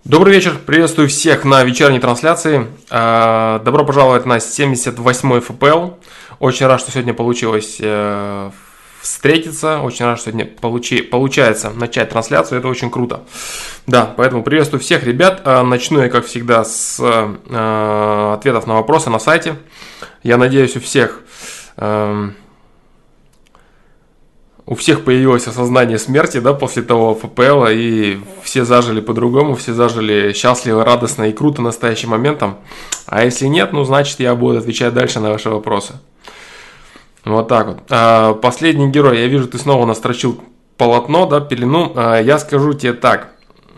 Добрый вечер, приветствую всех на вечерней трансляции. Добро пожаловать на 78-й ФПЛ. Очень рад, что сегодня получилось встретиться. Очень рад, что сегодня получается начать трансляцию. Это очень круто. Да, поэтому приветствую всех ребят. Начну я, как всегда, с ответов на вопросы на сайте. Я надеюсь, у всех появилось осознание смерти, да, после того ФПЛ, и все зажили по-другому, все зажили счастливо, радостно и круто настоящим моментом. А если нет, ну, значит, я буду отвечать дальше на ваши вопросы. Вот так вот. Последний герой, я вижу, ты снова настрочил полотно, да, пелену. Я скажу тебе так.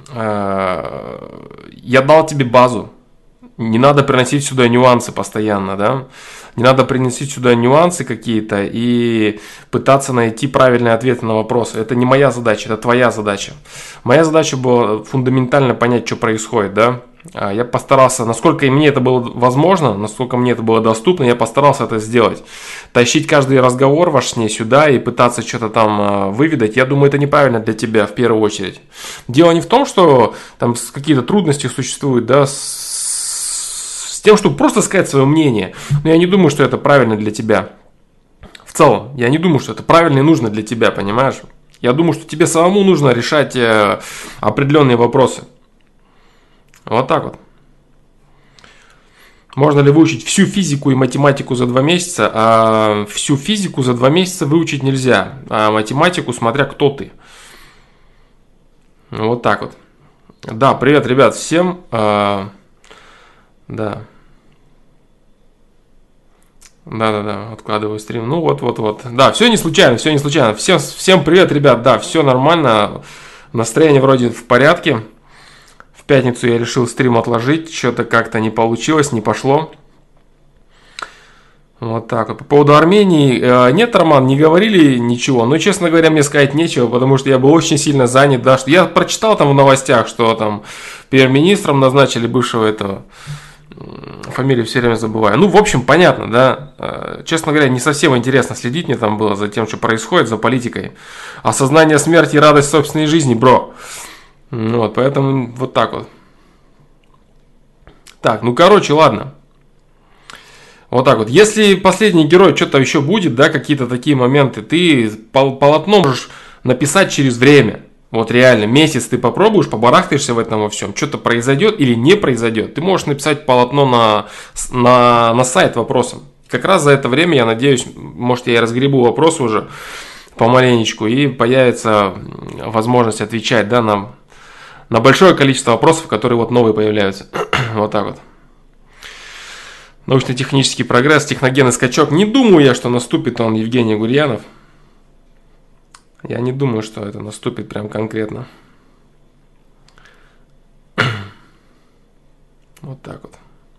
Я дал тебе базу. Не надо приносить сюда нюансы постоянно, да. Не надо приносить сюда нюансы какие-то и пытаться найти правильные ответы на вопросы. Это не моя задача, это твоя задача. Моя задача была фундаментально понять, что происходит, да. Я постарался, насколько мне это было возможно, насколько мне это было доступно, я постарался это сделать. Тащить каждый разговор ваш с ней сюда и пытаться что-то там выведать, я думаю, это неправильно для тебя в первую очередь. Дело не в том, что там какие-то трудности существуют, да, с тем, чтобы просто сказать свое мнение. Но я не думаю, что это правильно для тебя. В целом, я не думаю, что это правильно и нужно для тебя, понимаешь? Я думаю, что тебе самому нужно решать определенные вопросы. Вот так вот. Можно ли выучить всю физику и математику за 2 месяца? А всю физику за 2 месяца выучить нельзя. А математику, смотря кто ты. Вот так вот. Да, привет, ребят, всем. Да. Да, откладываю стрим. Ну вот. Да, все не случайно. Всем привет, ребят. Да, все нормально. Настроение вроде в порядке. В пятницу я решил стрим отложить. Что-то как-то не получилось, не пошло. Вот так вот. По поводу Армении. Нет, Роман, не говорили ничего. Но, честно говоря, мне сказать нечего, потому что я был очень сильно занят. Да, что я прочитал там в новостях, что там премьер-министром назначили бывшего этого... Фамилию все время забываю. Ну, в общем, понятно, да. Честно говоря, не совсем интересно следить мне там было за тем, что происходит, за политикой. Осознание смерти и радость собственной жизни, бро. Вот, поэтому вот так вот. Так, ну, короче, ладно. Вот так вот. Если последний герой что-то еще будет, да, какие-то такие моменты, ты полотно можешь написать через время. Вот реально, месяц ты попробуешь, побарахтаешься в этом во всем, что-то произойдет или не произойдет, ты можешь написать полотно на сайт вопросом. Как раз за это время, я надеюсь, может, я и разгребу вопросы уже помаленечку, и появится возможность отвечать, да, на большое количество вопросов, которые вот новые появляются. Вот так вот. Научно-технический прогресс, техногенный скачок. Не думаю я, что наступит он, Евгений Гурьянов. Я не думаю, что это наступит прям конкретно. Вот так вот.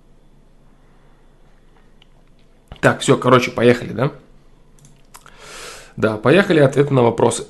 Так, все, короче, поехали, да? Да, поехали, ответы на вопросы.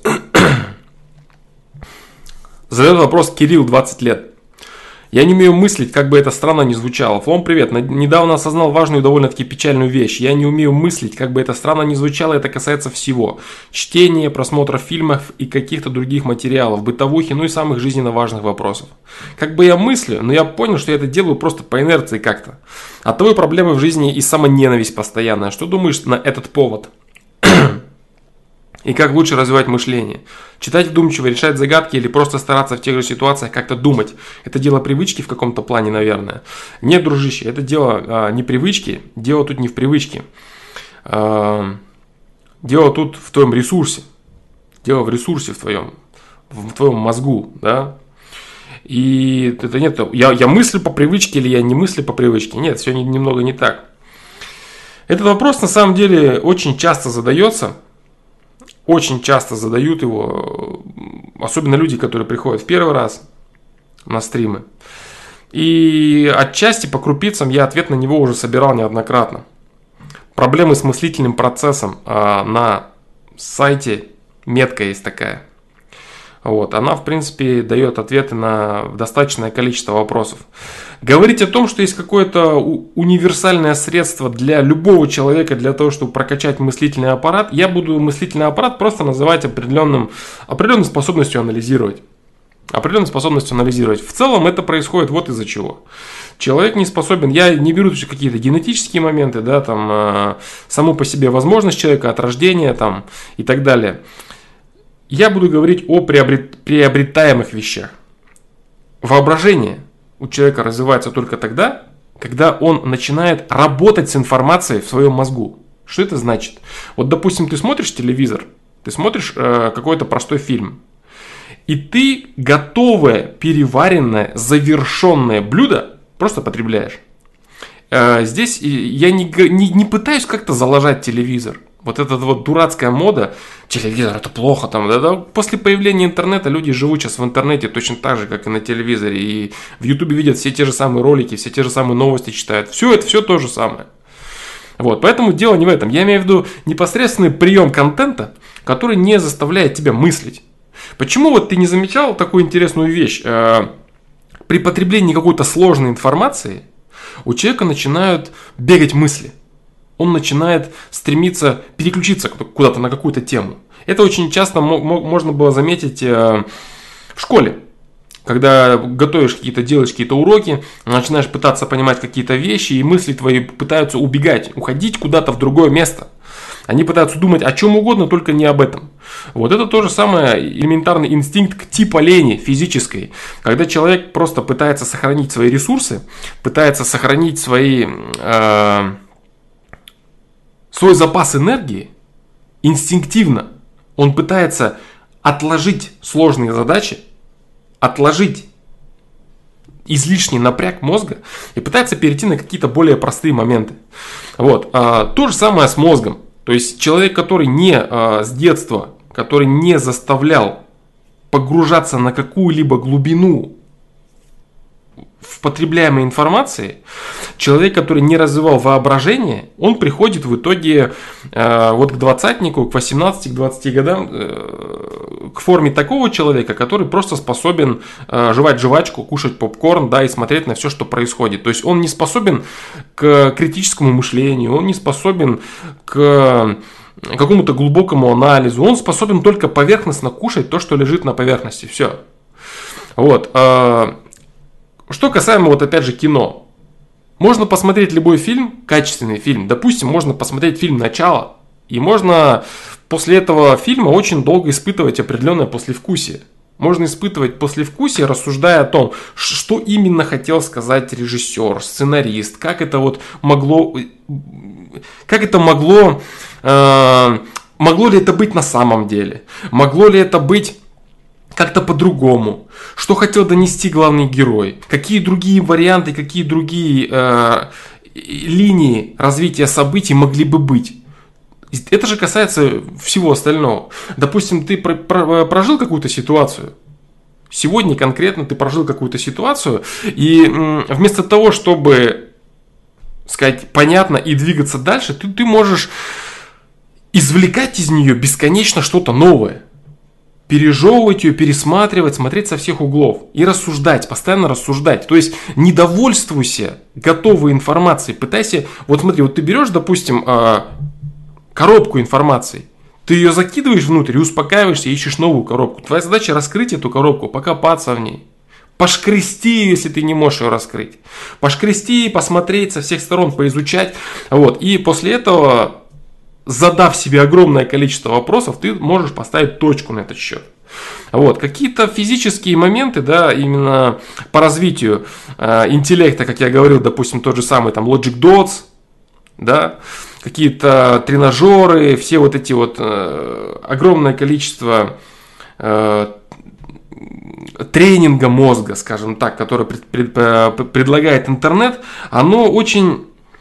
Задает вопрос Кирилл, 20 лет. Я не умею мыслить, как бы это странно ни звучало. Флом, привет. Недавно осознал важную и довольно-таки печальную вещь. Я не умею мыслить, как бы это странно ни звучало, это касается всего. Чтения, просмотра фильмов и каких-то других материалов, бытовухи, ну и самых жизненно важных вопросов. Как бы я мыслю, но я понял, что я это делаю просто по инерции как-то. От того и проблемы в жизни и самоненависть постоянная. Что думаешь на этот повод? И как лучше развивать мышление? Читать вдумчиво, решать загадки или просто стараться в тех же ситуациях как-то думать? Это дело привычки в каком-то плане, наверное. Нет, дружище, это дело не привычки. Дело тут не в привычке. Дело тут в твоем ресурсе. Дело в ресурсе в твоем мозгу, да? И это нет, я мыслю по привычке или я не мыслю по привычке? Нет, все немного не так. Этот вопрос на самом деле очень часто задается. Очень часто задают его, особенно люди, которые приходят в первый раз на стримы. И отчасти по крупицам я ответ на него уже собирал неоднократно. Проблемы с мыслительным процессом на сайте метка есть такая. Вот, она, в принципе, дает ответы на достаточное количество вопросов. Говорить о том, что есть какое-то универсальное средство для любого человека, для того, чтобы прокачать мыслительный аппарат, я буду мыслительный аппарат просто называть определенной способностью анализировать. определенной способностью анализировать. В целом это происходит вот из-за чего. Человек не способен, я не беру какие-то генетические моменты, да, там, саму по себе возможность человека от рождения там, и так далее. Я буду говорить о приобретаемых вещах. Воображение у человека развивается только тогда, когда он начинает работать с информацией в своем мозгу. Что это значит? Вот, допустим, ты смотришь телевизор, ты смотришь какой-то простой фильм, и ты готовое, переваренное, завершенное блюдо просто потребляешь. Здесь я не пытаюсь как-то залажать телевизор. Вот эта вот дурацкая мода, телевизор это плохо. Там, да, после появления интернета люди живут сейчас в интернете точно так же, как и на телевизоре. И в Ютубе видят все те же самые ролики, все те же самые новости читают. Все это все то же самое. Вот, поэтому дело не в этом. Я имею в виду непосредственный прием контента, который не заставляет тебя мыслить. Почему вот ты не замечал такую интересную вещь? При потреблении какой-то сложной информации у человека начинают бегать мысли. Он начинает стремиться переключиться куда-то на какую-то тему. Это очень часто можно было заметить в школе. Когда готовишь какие-то, делаешь какие-то уроки, начинаешь пытаться понимать какие-то вещи, и мысли твои пытаются убегать, уходить куда-то в другое место. Они пытаются думать о чем угодно, только не об этом. Вот это то же самое элементарный инстинкт типа лени физической. Когда человек просто пытается сохранить свои ресурсы, пытается сохранить свой запас энергии, инстинктивно он пытается отложить сложные задачи, отложить излишний напряг мозга и пытается перейти на какие-то более простые моменты. Вот. То же самое с мозгом. То есть человек, который с детства, который не заставлял погружаться на какую-либо глубину в потребляемой информации, человек, который не развивал воображение, он приходит в итоге вот к двадцатнику, к 18, к 20 годам, к форме такого человека, который просто способен жевать жвачку, кушать попкорн, да, и смотреть на все, что происходит. То есть он не способен к критическому мышлению, он не способен к какому-то глубокому анализу, он способен только поверхностно кушать то, что лежит на поверхности. Все. Вот. Что касаемо, вот опять же, кино. Можно посмотреть любой фильм, качественный фильм. Допустим, можно посмотреть фильм «Начало». И можно после этого фильма очень долго испытывать определенное послевкусие. Можно испытывать послевкусие, рассуждая о том, что именно хотел сказать режиссер, сценарист, как это могло ли это быть на самом деле, могло ли это быть как-то по-другому, что хотел донести главный герой, какие другие варианты, какие другие линии развития событий могли бы быть. Это же касается всего остального. Допустим, ты прожил какую-то ситуацию. Сегодня конкретно ты прожил какую-то ситуацию, и вместо того, чтобы сказать понятно и двигаться дальше, ты можешь извлекать из нее бесконечно что-то новое. Пережевывать ее, пересматривать, смотреть со всех углов и рассуждать, постоянно рассуждать. То есть не довольствуйся готовой информацией, пытайся, вот смотри, вот ты берешь, допустим, коробку информации, ты ее закидываешь внутрь и успокаиваешься, ищешь новую коробку. Твоя задача раскрыть эту коробку, покопаться в ней. Пошкрести ее, если ты не можешь ее раскрыть. Пошкрести, посмотреть со всех сторон, поизучать. Вот. И после этого, задав себе огромное количество вопросов, ты можешь поставить точку на этот счет. Вот. Какие-то физические моменты, да, именно по развитию интеллекта, как я говорил, допустим, тот же самый там Logic Dots, да, какие-то тренажеры, все вот эти вот огромное количество тренинга мозга, скажем так, который предлагает интернет, оно очень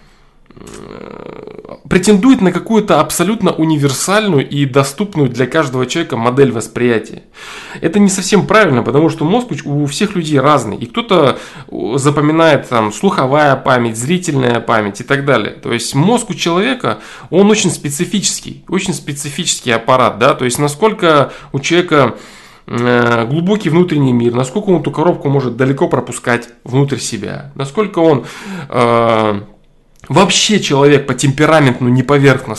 претендует на какую-то абсолютно универсальную и доступную для каждого человека модель восприятия. Это не совсем правильно, потому что мозг у всех людей разный. И кто-то запоминает там слуховая память, зрительная память и так далее. То есть мозг у человека, он очень специфический аппарат. Да? То есть насколько у человека глубокий внутренний мир, насколько он эту коробку может далеко пропускать внутрь себя, насколько он вообще человек по темпераменту не поверхностный.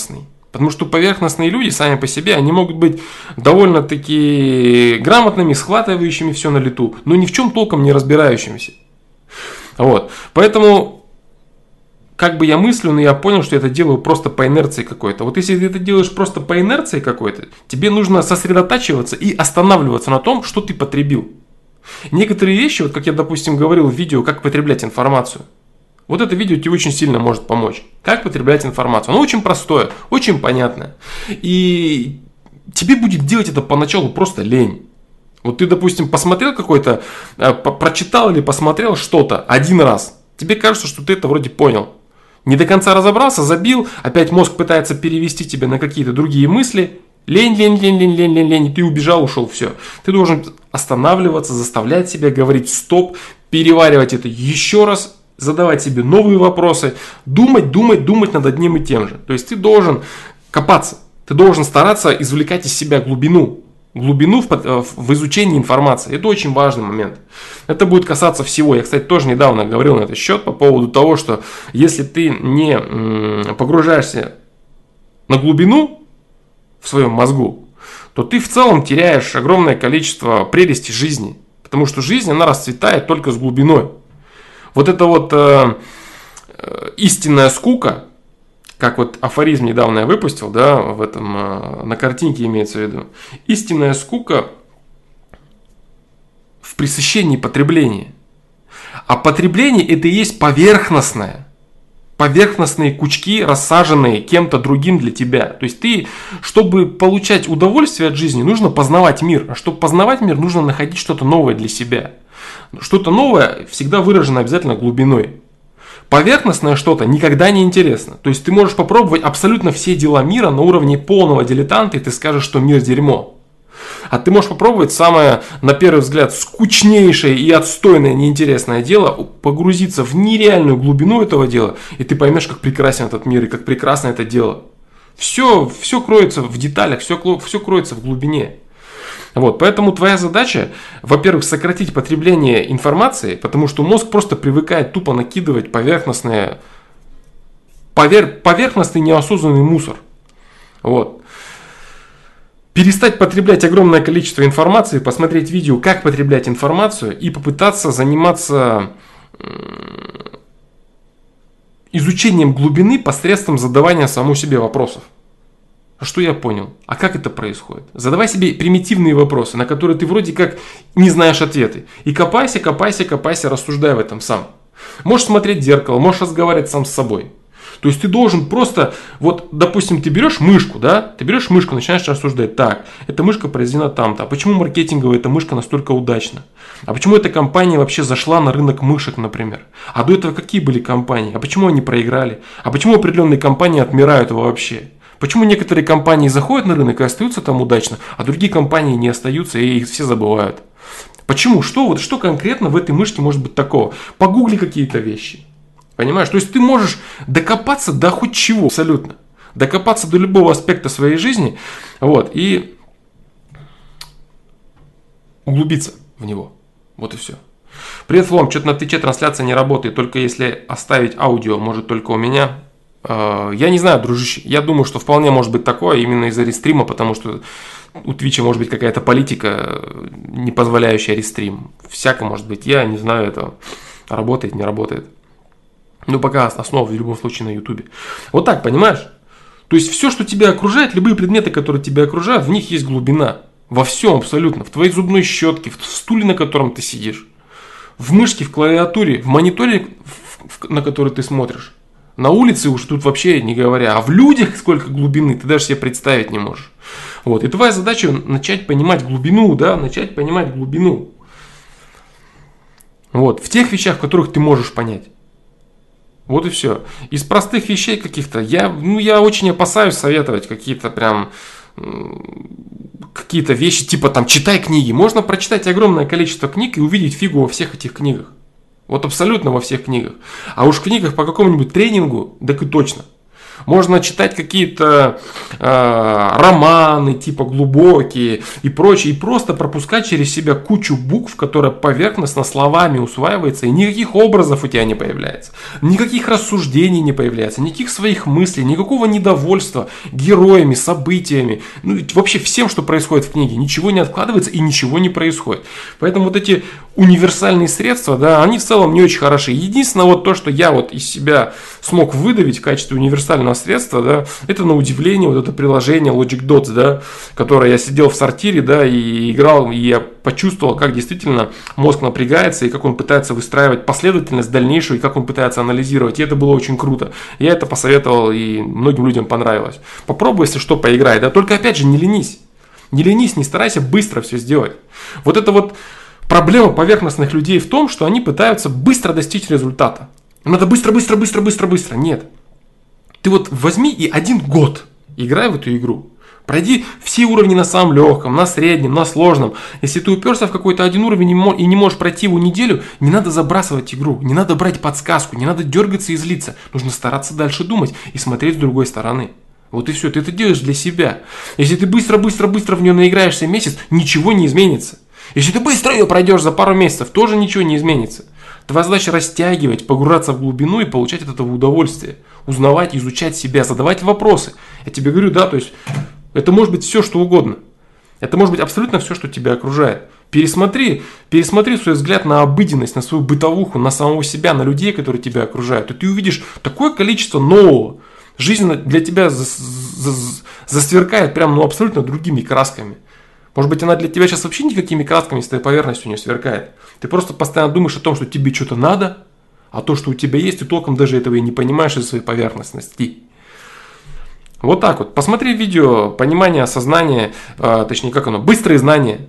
Потому что поверхностные люди сами по себе, они могут быть довольно-таки грамотными, схватывающими все на лету, но ни в чем толком не разбирающимися. Вот. Поэтому, как бы я мыслю, но я понял, что я это делаю просто по инерции какой-то. Вот если ты это делаешь просто по инерции какой-то, тебе нужно сосредотачиваться и останавливаться на том, что ты потребил. Некоторые вещи, вот как я, допустим, говорил в видео, как потреблять информацию. Вот это видео тебе очень сильно может помочь. Как потреблять информацию. Оно очень простое, очень понятное. И тебе будет делать это поначалу просто лень. Вот ты, допустим, посмотрел какой-то, прочитал или посмотрел что-то один раз. Тебе кажется, что ты это вроде понял. Не до конца разобрался, забил, опять мозг пытается перевести тебя на какие-то другие мысли. Лень, и ты убежал, ушел, все. Ты должен останавливаться, заставлять себя говорить стоп, переваривать это еще раз, задавать себе новые вопросы, думать над одним и тем же. То есть ты должен копаться, ты должен стараться извлекать из себя глубину в изучении информации. Это очень важный момент. Это будет касаться всего. Я, кстати, тоже недавно говорил на этот счет по поводу того, что если ты не погружаешься на глубину в своем мозгу, то ты в целом теряешь огромное количество прелестей жизни. Потому что жизнь, она расцветает только с глубиной. Вот это вот истинная скука, как вот афоризм недавно я выпустил, да, в этом, на картинке имеется в виду. Истинная скука в пресыщении потребления. А потребление это и есть поверхностные кучки, рассаженные кем-то другим для тебя. То есть ты, чтобы получать удовольствие от жизни, нужно познавать мир. А чтобы познавать мир, нужно находить что-то новое для себя. Что-то новое всегда выражено обязательно глубиной. Поверхностное что-то никогда не интересно. То есть ты можешь попробовать абсолютно все дела мира на уровне полного дилетанта, и ты скажешь, что мир дерьмо. А ты можешь попробовать самое, на первый взгляд, скучнейшее и отстойное неинтересное дело, погрузиться в нереальную глубину этого дела, и ты поймешь, как прекрасен этот мир и как прекрасно это дело. Все кроется в деталях, все кроется в глубине. Вот, поэтому твоя задача, во-первых, сократить потребление информации, потому что мозг просто привыкает тупо накидывать поверхностный неосознанный мусор. Вот. Перестать потреблять огромное количество информации, посмотреть видео, как потреблять информацию и попытаться заниматься изучением глубины посредством задавания самому себе вопросов. А что я понял? А как это происходит? Задавай себе примитивные вопросы, на которые ты вроде как не знаешь ответы. И копайся, рассуждай в этом сам. Можешь смотреть в зеркало, можешь разговаривать сам с собой. То есть ты должен просто, вот, допустим, ты берешь мышку, начинаешь рассуждать, так, эта мышка произведена там-то, а почему маркетинговая эта мышка настолько удачна? А почему эта компания вообще зашла на рынок мышек, например? А до этого какие были компании? А почему они проиграли? А почему определенные компании отмирают вообще? Почему некоторые компании заходят на рынок и остаются там удачно, а другие компании не остаются и их все забывают? Почему? Что конкретно в этой мышке может быть такого? Погугли какие-то вещи. Понимаешь? То есть ты можешь докопаться до хоть чего абсолютно. Докопаться до любого аспекта своей жизни, вот, и углубиться в него. Вот и все. Привет, Флом. Что-то на Твиче трансляция не работает, только если оставить аудио, может только у меня. Я не знаю, дружище. Я думаю, что вполне может быть такое именно из-за рестрима, потому что у Твича может быть какая-то политика, не позволяющая рестрим. Всяко может быть. Я не знаю этого. Работает, не работает. Ну, пока основа в любом случае на Ютубе. Вот так, понимаешь? То есть все, что тебя окружает, любые предметы, которые тебя окружают, в них есть глубина. Во всем абсолютно. В твоей зубной щетке, в стуле, на котором ты сидишь. В мышке, в клавиатуре, в мониторе, на который ты смотришь. На улице уж тут вообще не говоря. А в людях сколько глубины, ты даже себе представить не можешь. Вот. И твоя задача начать понимать глубину, Вот. В тех вещах, в которых ты можешь понять. Вот и все. Из простых вещей каких-то, я очень опасаюсь советовать какие-то вещи, типа там читай книги. Можно прочитать огромное количество книг и увидеть фигу во всех этих книгах. Вот абсолютно во всех книгах. А уж в книгах по какому-нибудь тренингу, так и точно. Можно читать какие-то романы, типа глубокие и прочее, и просто пропускать через себя кучу букв, которая поверхностно словами усваивается, и никаких образов у тебя не появляется, никаких рассуждений не появляется, никаких своих мыслей, никакого недовольства героями, событиями, ну, вообще всем, что происходит в книге, ничего не откладывается и ничего не происходит. Поэтому вот эти универсальные средства, да, они в целом не очень хороши. Единственное, вот то, что я вот из себя смог выдавить в качестве универсального средства, да, это на удивление вот это приложение Logic Dots, да, которое я сидел в сортире, да, и играл, и я почувствовал, как действительно мозг напрягается, и как он пытается выстраивать последовательность дальнейшую, и как он пытается анализировать, и это было очень круто. Я это посоветовал, и многим людям понравилось. Попробуй, если что, поиграй, да, только опять же не ленись. Не ленись, не старайся быстро все сделать. Вот это вот проблема поверхностных людей в том, что они пытаются быстро достичь результата. Надо быстро. Нет. Ты вот возьми и 1 год играй в эту игру. Пройди все уровни на самом легком, на среднем, на сложном. Если ты уперся в какой-то один уровень и не можешь пройти его неделю, не надо забрасывать игру, не надо брать подсказку, не надо дергаться и злиться. Нужно стараться дальше думать и смотреть с другой стороны. Вот и все, ты это делаешь для себя. Если ты быстро в нее наиграешься месяц, ничего не изменится. Если ты быстро ее пройдешь за пару месяцев, тоже ничего не изменится. Твоя задача растягивать, погружаться в глубину и получать от этого удовольствие. Узнавать, изучать себя, задавать вопросы. Я тебе говорю, да, то есть это может быть все, что угодно. Это может быть абсолютно все, что тебя окружает. Пересмотри свой взгляд на обыденность, на свою бытовуху, на самого себя, на людей, которые тебя окружают. И ты увидишь такое количество нового. Жизнь для тебя засверкает прям, ну, абсолютно другими красками. Может быть, она для тебя сейчас вообще никакими красками с твоей поверхностью не сверкает. Ты просто постоянно думаешь о том, что тебе что-то надо, а то, что у тебя есть, ты толком даже этого и не понимаешь из своей поверхностности. Вот так вот. Посмотри видео, понимание, осознание, точнее, как оно, быстрые знания,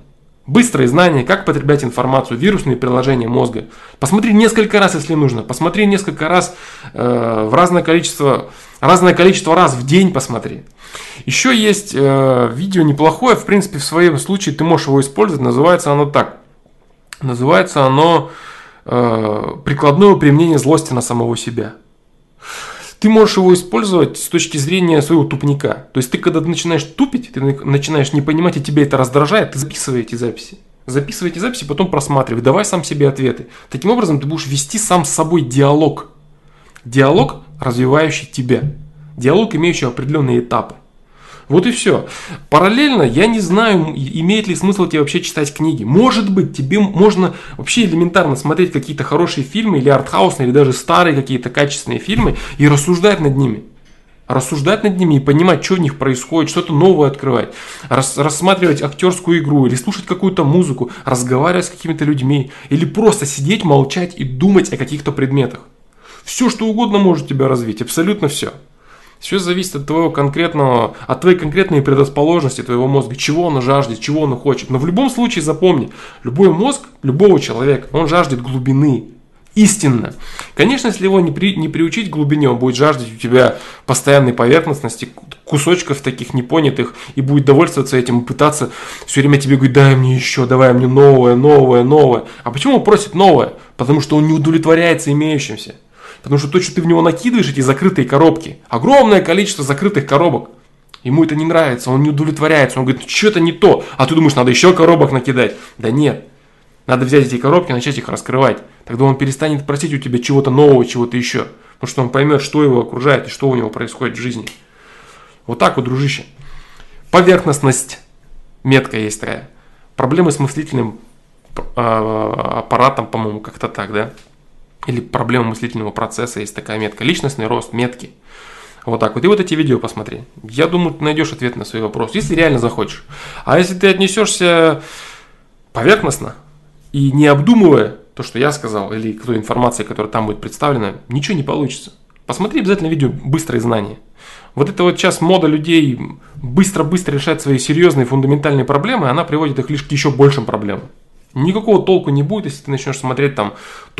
как потреблять информацию, вирусные приложения мозга. Посмотри несколько раз, если нужно. Посмотри несколько раз в разное количество раз в день посмотри. Еще есть видео неплохое, в принципе, в своем случае ты можешь его использовать. Называется оно так. Называется оно «Прикладное применение злости на самого себя». Ты можешь его использовать с точки зрения своего тупника. То есть ты, когда ты начинаешь тупить, ты начинаешь не понимать, и тебя это раздражает, ты записывай эти записи. Записывай эти записи, потом просматривай, давай сам себе ответы. Таким образом ты будешь вести сам с собой диалог. Диалог, развивающий тебя. Диалог, имеющий определенные этапы. Вот и все. Параллельно, я не знаю, имеет ли смысл тебе вообще читать книги. Может быть, тебе можно вообще элементарно смотреть какие-то хорошие фильмы, или артхаусные, или даже старые какие-то качественные фильмы, и рассуждать над ними. Рассуждать над ними и понимать, что в них происходит, что-то новое открывать. Рассматривать актерскую игру, или слушать какую-то музыку, разговаривать с какими-то людьми, или просто сидеть, молчать и думать о каких-то предметах. Все, что угодно может тебя развить, абсолютно все. Все зависит от твоей конкретной предрасположенности твоего мозга, чего он жаждет, чего он хочет. Но в любом случае запомни, любой мозг, любого человека, он жаждет глубины. Истинно. Конечно, если его не приучить к глубине, он будет жаждать у тебя постоянной поверхностности, кусочков таких непонятых, и будет довольствоваться этим и пытаться все время тебе говорить: дай мне еще, давай мне новое. А почему он просит новое? Потому что он не удовлетворяется имеющимся. Потому что то, что ты в него накидываешь, эти закрытые коробки, огромное количество закрытых коробок, ему это не нравится, он не удовлетворяется, он говорит: что-то не то, а ты думаешь, надо еще коробок накидать. Да нет, надо взять эти коробки и начать их раскрывать. Тогда он перестанет просить у тебя чего-то нового, чего-то еще. Потому что он поймет, что его окружает и что у него происходит в жизни. Вот так вот, дружище. Поверхностность, метка есть такая. Проблемы с мыслительным аппаратом, по-моему, как-то так, да? Или проблема мыслительного процесса, есть такая метка. Личностный рост, метки. Вот так вот. И вот эти видео посмотри. Я думаю, ты найдешь ответ на свой вопрос, если реально захочешь. А если ты отнесешься поверхностно и не обдумывая то, что я сказал, или ту информацию, которая там будет представлена, ничего не получится. Посмотри обязательно видео «Быстрые знания». Вот это вот сейчас мода людей быстро-быстро решать свои серьезные фундаментальные проблемы, она приводит их лишь к еще большим проблемам. Никакого толку не будет, если ты начнешь смотреть там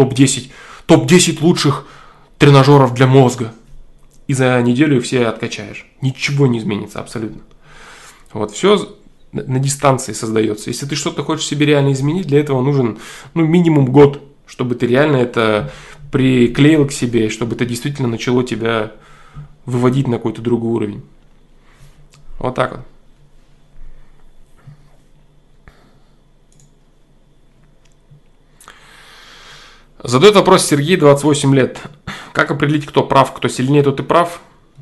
топ-10 лучших тренажеров для мозга. И за неделю их все откачаешь. Ничего не изменится абсолютно. Вот все на дистанции создается. Если ты что-то хочешь себе реально изменить, для этого нужен минимум год, чтобы ты реально это приклеил к себе, чтобы это действительно начало тебя выводить на какой-то другой уровень. Вот так вот. Задает вопрос Сергей, 28 лет. Как определить, кто прав, кто сильнее, тот и прав?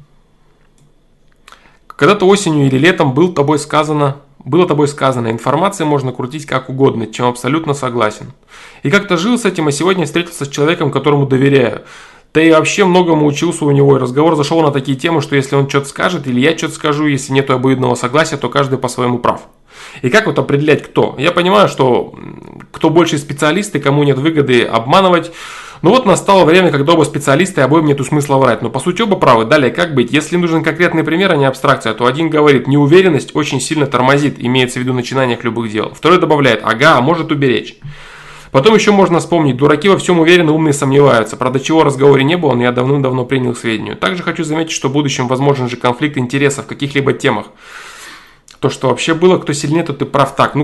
Когда-то осенью или летом было тобой сказано, информации можно крутить как угодно, чем абсолютно согласен. И как-то жил с этим, а сегодня встретился с человеком, которому доверяю. Да и вообще многому учился у него, и разговор зашел на такие темы, что если он что-то скажет, или я что-то скажу, если нет обоюдного согласия, то каждый по-своему прав. И как вот определять, кто? Я понимаю, что кто больше специалист и кому нет выгоды обманывать. Но вот настало время, когда оба специалисты, и обоим нету смысла врать. Но по сути оба правы. Далее, как быть? Если нужен конкретный пример, а не абстракция, то один говорит, неуверенность очень сильно тормозит, имеется в виду начинаниях любых дел. Второй добавляет, ага, а может уберечь. Потом еще можно вспомнить, дураки во всем уверены, умные сомневаются. Правда, чего в разговоре не было, но я давным-давно принял к сведению. Также хочу заметить, что в будущем возможен же конфликт интересов в каких-либо темах. То, что вообще было, кто сильнее, тот и прав. Так,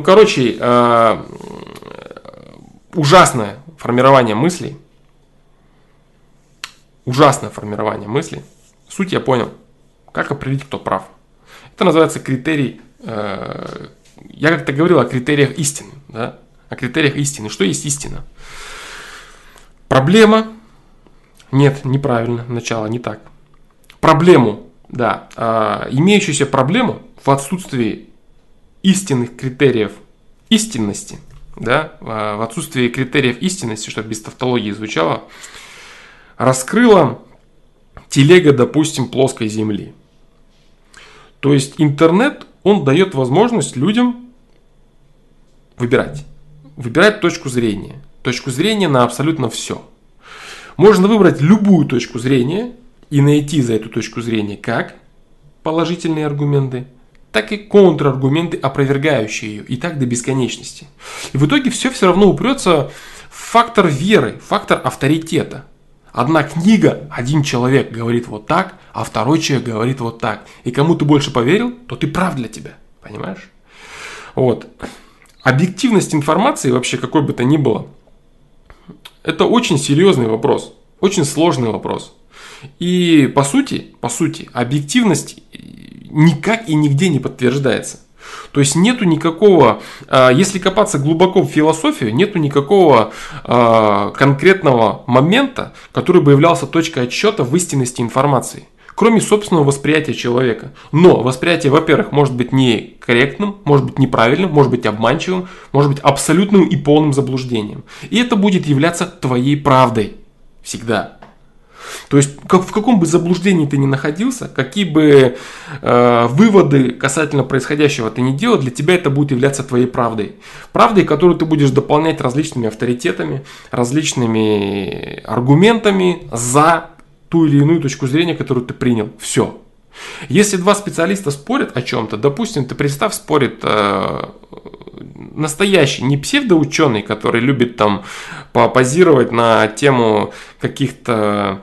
ужасное формирование мыслей. Ужасное формирование мыслей. Суть я понял. Как определить, кто прав? Это называется критерий. Я как-то говорил о критериях истины. Да? О критериях истины. Что есть истина? Проблема. Нет, неправильно. Начало не так. Проблему. Да. Имеющуюся проблему в отсутствии истинных критериев истинности. Да? В отсутствии критериев истинности, чтобы без тавтологии звучало, раскрыла телега, допустим, плоской земли. То есть интернет, он дает возможность людям выбирать. Выбирать точку зрения. Точку зрения на абсолютно все. Можно выбрать любую точку зрения и найти за эту точку зрения как положительные аргументы, так и контраргументы, опровергающие ее. И так до бесконечности. И в итоге все равно упрется в фактор веры, фактор авторитета. Одна книга, один человек говорит вот так, а второй человек говорит вот так. И кому ты больше поверил, то ты прав для тебя. Понимаешь? Вот. Объективность информации, вообще какой бы то ни было, это очень серьезный вопрос. Очень сложный вопрос. И по сути, объективность никак и нигде не подтверждается. То есть нету никакого, если копаться глубоко в философию, нету никакого конкретного момента, который бы являлся точкой отсчета в истинности информации, кроме собственного восприятия человека. Но восприятие, во-первых, может быть некорректным, может быть неправильным, может быть обманчивым, может быть абсолютным и полным заблуждением. И это будет являться твоей правдой всегда. То есть в каком бы заблуждении ты ни находился, какие бы выводы касательно происходящего ты ни делал, для тебя это будет являться твоей правдой. Правдой, которую ты будешь дополнять различными авторитетами, различными аргументами за ту или иную точку зрения, которую ты принял. Все. Если два специалиста спорят о чем-то, допустим, ты представь, спорит настоящий, не псевдоученый, который любит там попозировать на тему каких-то,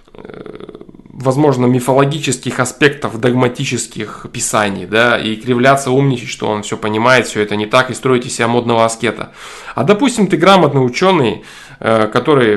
возможно, мифологических аспектов догматических писаний, да, и кривляться, умничать, что он все понимает, все это не так, и строить из себя модного аскета. А допустим, ты грамотный ученый, который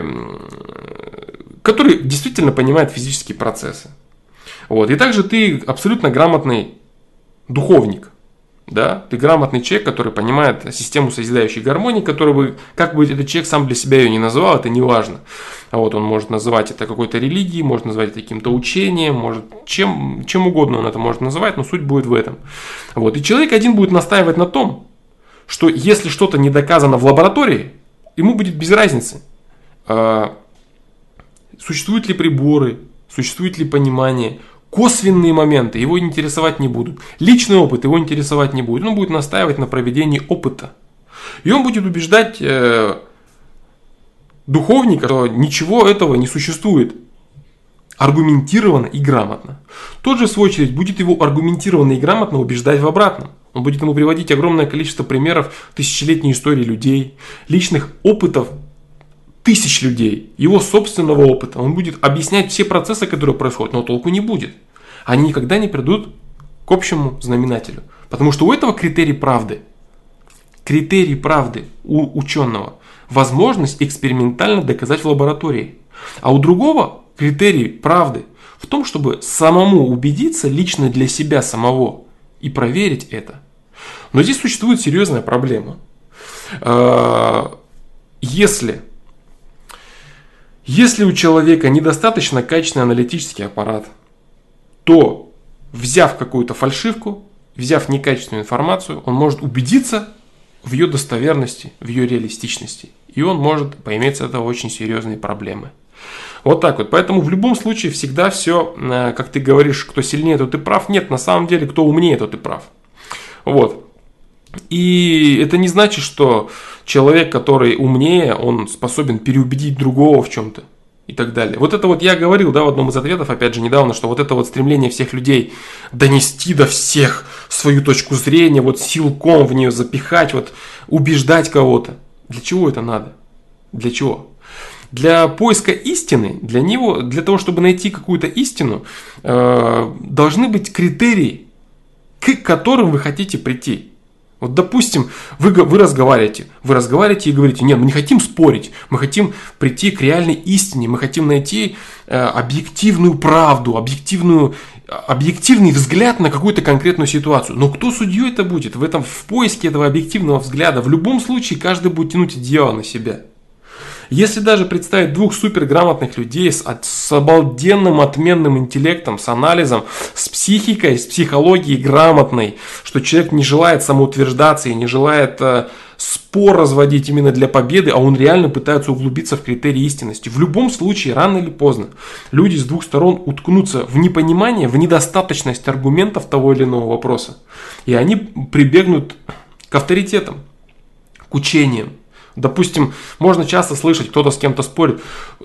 действительно понимает физические процессы. Вот. И также ты абсолютно грамотный духовник. Да? Ты грамотный человек, который понимает систему созидающей гармонии, который бы, как бы этот человек сам для себя ее не называл, это не важно. А вот он может называть это какой-то религией, может называть это каким-то учением, может чем угодно он это может называть, но суть будет в этом. Вот. И человек один будет настаивать на том, что если что-то не доказано в лаборатории, ему будет без разницы, существуют ли приборы, существует ли понимание. Косвенные моменты его интересовать не будут. Личный опыт его интересовать не будет. Он будет настаивать на проведении опыта. И он будет убеждать духовника, что ничего этого не существует. Аргументированно и грамотно. Тот же, в свою очередь, будет его аргументированно и грамотно убеждать в обратном. Он будет ему приводить огромное количество примеров тысячелетней истории людей, личных опытов тысяч людей, его собственного опыта. Он будет объяснять все процессы, которые происходят, но толку не будет. Они никогда не придут к общему знаменателю. Потому что у этого критерий правды у ученого возможность экспериментально доказать в лаборатории. А у другого критерий правды в том, чтобы самому убедиться лично для себя самого и проверить это. Но здесь существует серьезная проблема. Если у человека недостаточно качественный аналитический аппарат, то, взяв какую-то фальшивку, взяв некачественную информацию, он может убедиться в ее достоверности, в ее реалистичности. И он может поиметь с этого очень серьезные проблемы. Вот так вот. Поэтому в любом случае всегда все, как ты говоришь, кто сильнее, тот и прав. Нет, на самом деле, кто умнее, тот и прав. Вот. И это не значит, что человек, который умнее, он способен переубедить другого в чем-то и так далее. Вот это вот я говорил, да, в одном из ответов, опять же, недавно, что вот это вот стремление всех людей донести до всех свою точку зрения, вот силком в нее запихать, вот убеждать кого-то. Для чего это надо? Для чего? Для поиска истины, для того, чтобы найти какую-то истину, должны быть критерии, к которым вы хотите прийти. Вот, допустим, вы разговариваете и говорите: нет, мы не хотим спорить, мы хотим прийти к реальной истине, мы хотим найти объективную правду, объективный взгляд на какую-то конкретную ситуацию. Но кто судьей это будет в поиске этого объективного взгляда? В любом случае каждый будет тянуть одеяло на себя. Если даже представить двух суперграмотных людей с обалденным, отменным интеллектом, с анализом, с психикой, с психологией грамотной, что человек не желает самоутверждаться и не желает спор разводить именно для победы, а он реально пытается углубиться в критерии истинности. В любом случае, рано или поздно, люди с двух сторон уткнутся в непонимание, в недостаточность аргументов того или иного вопроса. И они прибегнут к авторитетам, к учениям. Допустим, можно часто слышать, кто-то с кем-то спорит.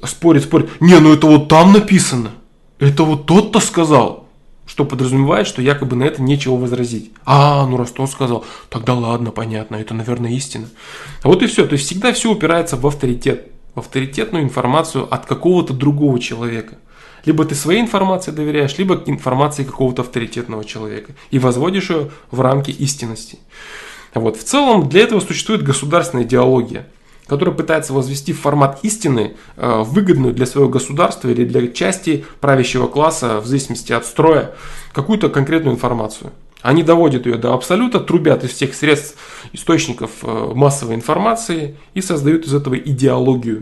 Не, ну это вот там написано. Это вот тот-то сказал. Что подразумевает, что якобы на это нечего возразить. Ну раз тот сказал, тогда ладно, понятно, это, наверное, истина. Вот и все. То есть всегда все упирается в авторитет. В авторитетную информацию от какого-то другого человека. Либо ты своей информации доверяешь, либо информации какого-то авторитетного человека. И возводишь ее в рамки истинности. Вот. В целом для этого существует государственная идеология, которая пытается возвести в формат истины, выгодную для своего государства или для части правящего класса, в зависимости от строя, какую-то конкретную информацию. Они доводят ее до абсолюта, трубят из всех средств, источников массовой информации и создают из этого идеологию.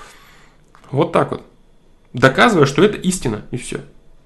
Вот так вот. Доказывая, что это истина, и все.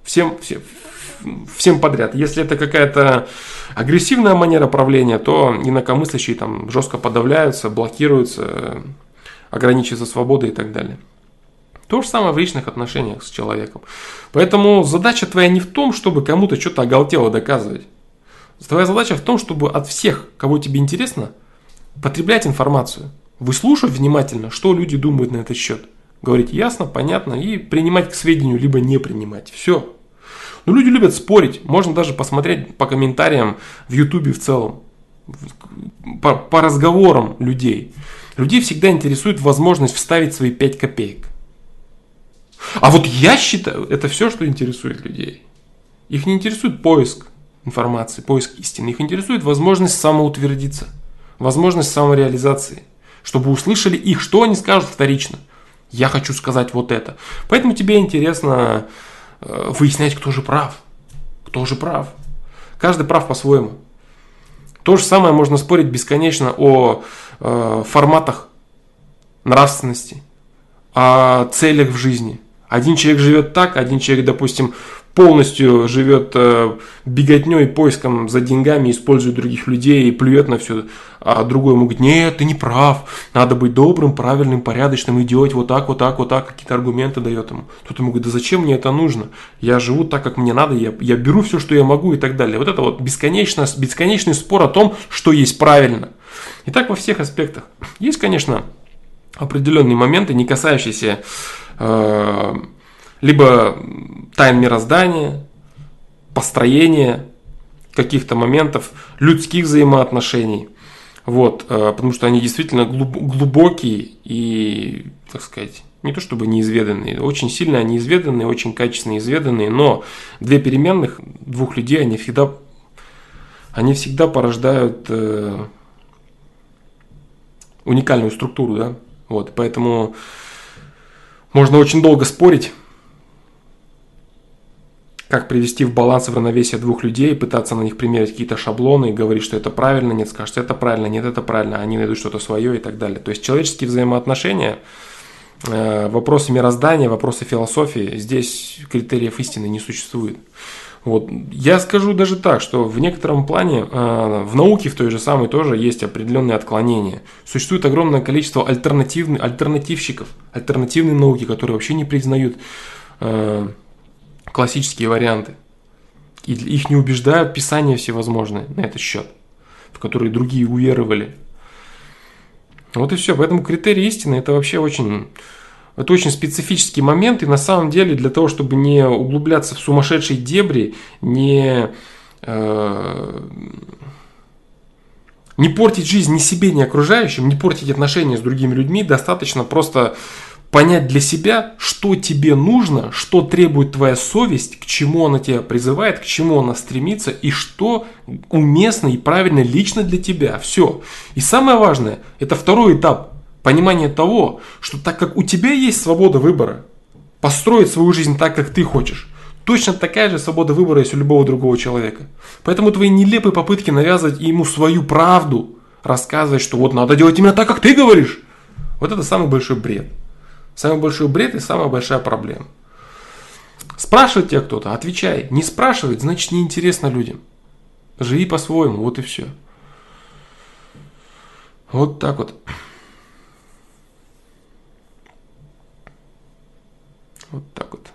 Всем подряд. Если это какая-то агрессивная манера правления, то инакомыслящие там жестко подавляются, блокируются, ограничиваются свободой и так далее. То же самое в личных отношениях с человеком. Поэтому задача твоя не в том, чтобы кому-то что-то оголтело доказывать. Твоя задача в том, чтобы от всех, кого тебе интересно, потреблять информацию. Выслушивать внимательно, что люди думают на этот счет. Говорить ясно, понятно и принимать к сведению, либо не принимать. Все. Но люди любят спорить. Можно даже посмотреть по комментариям в Ютубе в целом. По разговорам людей. Людей всегда интересует возможность вставить свои 5 копеек. А вот я считаю, это все, что интересует людей. Их не интересует поиск информации, поиск истины. Их интересует возможность самоутвердиться. Возможность самореализации. Чтобы услышали их, что они скажут вторично. Я хочу сказать вот это. Поэтому тебе интересно выяснять, кто же прав. Кто же прав. Каждый прав по-своему. То же самое можно спорить бесконечно о форматах нравственности, о целях в жизни. Один человек живет так, один человек, допустим, полностью живет беготней, поиском за деньгами, использует других людей и плюет на все. А другой ему говорит: нет, ты не прав, надо быть добрым, правильным, порядочным и делать вот так, вот так, вот так, какие-то аргументы дает ему. Тут ему говорит: да зачем мне это нужно? Я живу так, как мне надо, я беру все, что я могу и так далее. Вот это вот бесконечный спор о том, что есть правильно. И так во всех аспектах. Есть, конечно, определенные моменты, не касающиеся либо тайн мироздания, построения каких-то моментов людских взаимоотношений. Вот, потому что они действительно глубокие и, так сказать, не то чтобы неизведанные, очень сильно неизведанные, очень качественно изведанные, но две переменных, двух людей, они всегда порождают уникальную структуру, да, вот, поэтому можно очень долго спорить, как привести в баланс и в равновесие двух людей, пытаться на них примерить какие-то шаблоны и говорить, что это правильно, нет, скажешь, это правильно, нет, это правильно, они найдут что-то свое и так далее. То есть человеческие взаимоотношения, вопросы мироздания, вопросы философии, здесь критериев истины не существует. Вот. Я скажу даже так, что в некотором плане в науке в той же самой тоже есть определенные отклонения. Существует огромное количество альтернативщиков, альтернативной науки, которые вообще не признают классические варианты. И их не убеждают писания всевозможные на этот счет, в которые другие уверовали. Вот и все. Поэтому критерий истины это вообще очень специфический момент. И на самом деле для того, чтобы не углубляться в сумасшедшие дебри, не портить жизнь ни себе, ни окружающим, не портить отношения с другими людьми, достаточно просто понять для себя, что тебе нужно, что требует твоя совесть, к чему она тебя призывает, к чему она стремится и что уместно и правильно лично для тебя. Все. И самое важное, это второй этап. Понимание того, что так как у тебя есть свобода выбора, построить свою жизнь так, как ты хочешь, точно такая же свобода выбора есть у любого другого человека. Поэтому твои нелепые попытки навязывать ему свою правду, рассказывать, что вот надо делать именно так, как ты говоришь, вот это самый большой бред. Самый большой бред и самая большая проблема. Спрашивает тебя кто-то, отвечай. Не спрашивает, значит неинтересно людям. Живи по-своему, вот и все. Вот так вот. Вот так вот.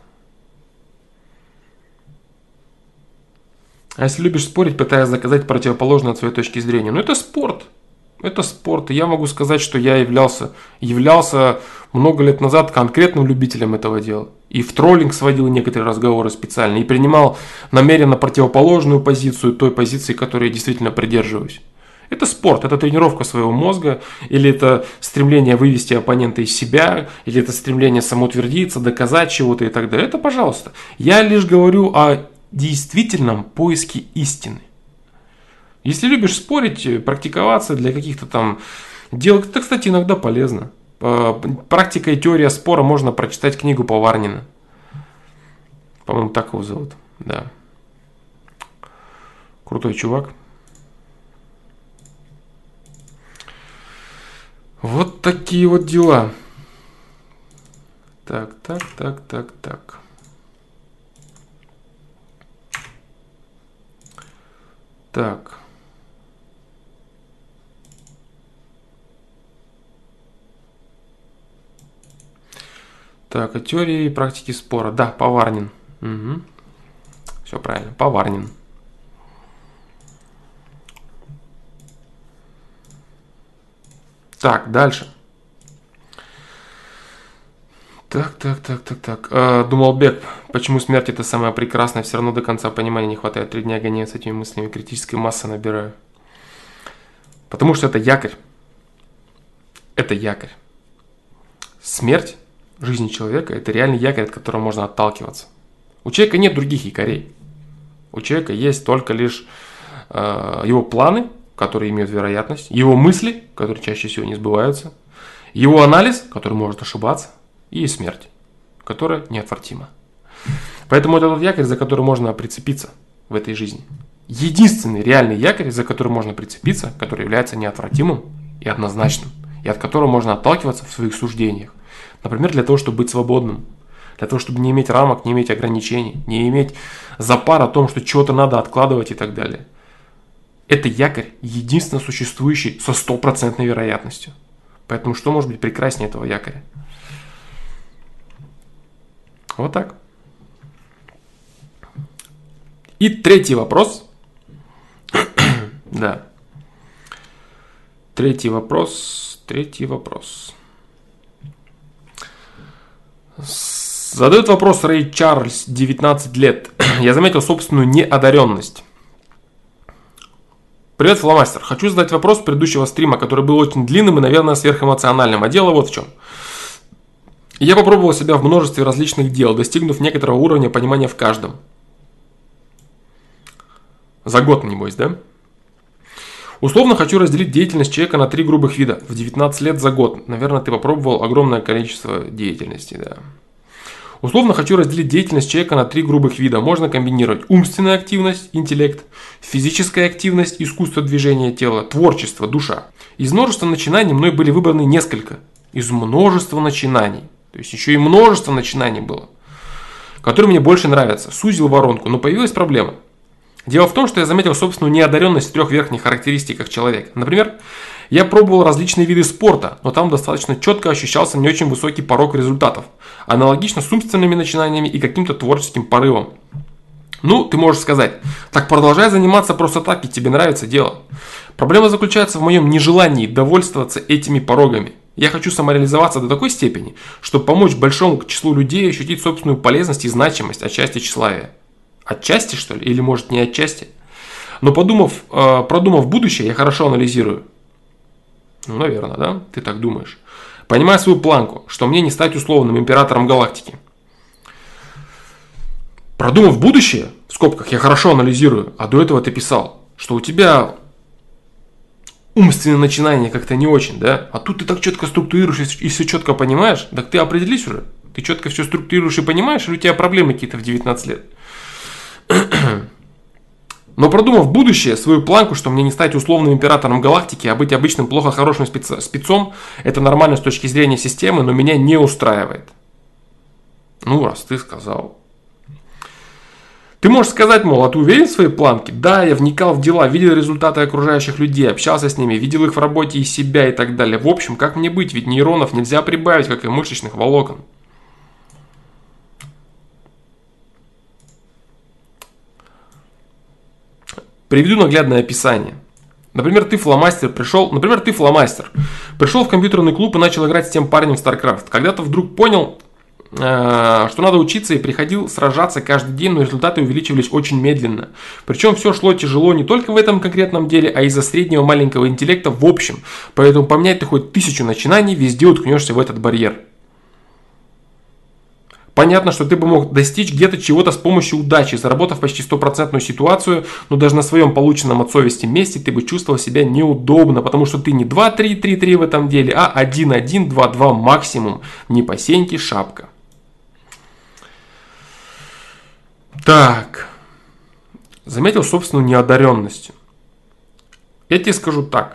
А если любишь спорить, пытаясь доказать противоположное от своей точки зрения, это спорт. Это спорт. И я могу сказать, что я являлся много лет назад конкретным любителем этого дела. И в троллинг сводил некоторые разговоры специально. И принимал намеренно противоположную позицию той позиции, которой я действительно придерживаюсь. Это спорт, это тренировка своего мозга, или это стремление вывести оппонента из себя, или это стремление самоутвердиться, доказать чего-то и так далее. Это пожалуйста. Я лишь говорю о действительном поиске истины. Если любишь спорить, практиковаться для каких-то там дел, это, кстати, иногда полезно. Практика и теория спора можно прочитать книгу Поварнина. По-моему, так его зовут. Да. Крутой чувак. Вот такие вот дела. Так. Так. Так, о теории и практике спора. Да, Поварнин. Угу. Все правильно, Поварнин. Так, дальше. Так. Думалбек, почему смерть это самое прекрасное, все равно до конца понимания не хватает. 3 дня гоняю с этими мыслями, критической массы набираю. Потому что это якорь. Это якорь. Смерть жизни человека это реальный якорь, от которого можно отталкиваться. У человека нет других якорей. У человека есть только лишь его планы, которые имеют вероятность, его мысли, которые чаще всего не сбываются, его анализ, который может ошибаться, и смерть, которая неотвратима. Поэтому это тот якорь, за который можно прицепиться в этой жизни. Единственный реальный якорь, за который можно прицепиться, который является неотвратимым и однозначным, и от которого можно отталкиваться в своих суждениях. Например, для того, чтобы быть свободным, для того, чтобы не иметь рамок, не иметь ограничений, не иметь запар о том, что чего-то надо откладывать и так далее. Это якорь, единственно существующий со 100% вероятностью. Поэтому что может быть прекраснее этого якоря? Вот так. И третий вопрос. Да. Третий вопрос. Задает вопрос Рэй Чарльз, 19 лет. Я заметил собственную неодаренность. Привет, фломастер. Хочу задать вопрос с предыдущего стрима, который был очень длинным и, наверное, сверхэмоциональным. А дело вот в чем. Я попробовал себя в множестве различных дел, достигнув некоторого уровня понимания в каждом. За год, небось, да? Условно хочу разделить деятельность человека на 3 грубых вида. В 19 лет за год. Наверное, ты попробовал огромное количество деятельности, да. Условно хочу разделить деятельность человека на 3 грубых вида. Можно комбинировать умственная активность, интеллект, физическая активность, искусство движения тела, творчество, душа. Из множества начинаний мной были выбраны несколько. Из множества начинаний. То есть еще и множество начинаний было, которые мне больше нравятся. Сузил воронку, но появилась проблема. Дело в том, что я заметил собственную неодаренность в 3 верхних характеристиках человека. Например, я пробовал различные виды спорта, но там достаточно четко ощущался не очень высокий порог результатов. Аналогично с умственными начинаниями и каким-то творческим порывом. Ну, ты можешь сказать, так продолжай заниматься просто так, ведь тебе нравится дело. Проблема заключается в моем нежелании довольствоваться этими порогами. Я хочу самореализоваться до такой степени, чтобы помочь большому числу людей ощутить собственную полезность и значимость отчасти тщеславия. Отчасти, что ли? Или может не отчасти? Но продумав будущее, я хорошо анализирую. Ну, наверное, да? Ты так думаешь. Понимаю свою планку, что мне не стать условным императором галактики. Продумав будущее, в скобках, я хорошо анализирую, а до этого ты писал, что у тебя умственные начинания как-то не очень, да? А тут ты так четко структурируешь и все четко понимаешь. Так ты определись уже. Ты четко все структурируешь и понимаешь, или у тебя проблемы какие-то в 19 лет? Но продумав будущее, свою планку, что мне не стать условным императором галактики, а быть обычным плохо хорошим спецом, это нормально с точки зрения системы, но меня не устраивает. Ну, раз ты сказал. Ты можешь сказать, мол, а ты уверен в своей планке? Да, я вникал в дела, видел результаты окружающих людей, общался с ними, видел их в работе и себя и так далее. В общем, как мне быть? Ведь нейронов нельзя прибавить, как и мышечных волокон. Приведу наглядное описание. Например, ты фломастер, пришел в компьютерный клуб и начал играть с тем парнем в StarCraft. Когда-то вдруг понял, что надо учиться, и приходил сражаться каждый день, но результаты увеличивались очень медленно. Причем все шло тяжело не только в этом конкретном деле, а из-за среднего маленького интеллекта в общем. Поэтому поменять ты хоть 1000 начинаний, везде уткнешься в этот барьер. Понятно, что ты бы мог достичь где-то чего-то с помощью удачи, заработав почти 100% ситуацию, но даже на своем полученном от совести месте ты бы чувствовал себя неудобно, потому что ты не 2-3, 3-3 в этом деле, а 1-1, 2-2 максимум. Не по сеньке шапка. Так. Заметил собственную неодаренность. Я тебе скажу так.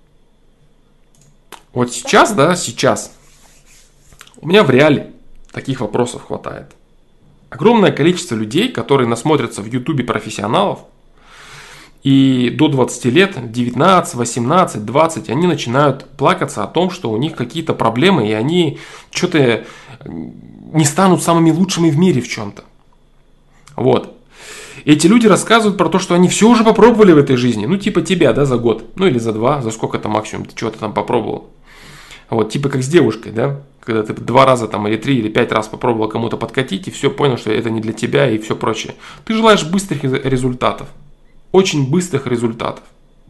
Вот сейчас у меня в реале таких вопросов хватает. Огромное количество людей, которые насмотрятся в Ютубе профессионалов, и до 20 лет, 19, 18, 20, они начинают плакаться о том, что у них какие-то проблемы, и они что-то не станут самыми лучшими в мире в чем-то. Вот. Эти люди рассказывают про то, что они все уже попробовали в этой жизни. Ну, типа тебя, да, за год. Ну, или за 2, за сколько-то максимум ты чего-то там попробовал. Вот, типа как с девушкой, да. Когда ты 2 раза там, или 3, или 5 раз попробовал кому-то подкатить, и все понял, что это не для тебя, и все прочее. Ты желаешь быстрых результатов. Очень быстрых результатов.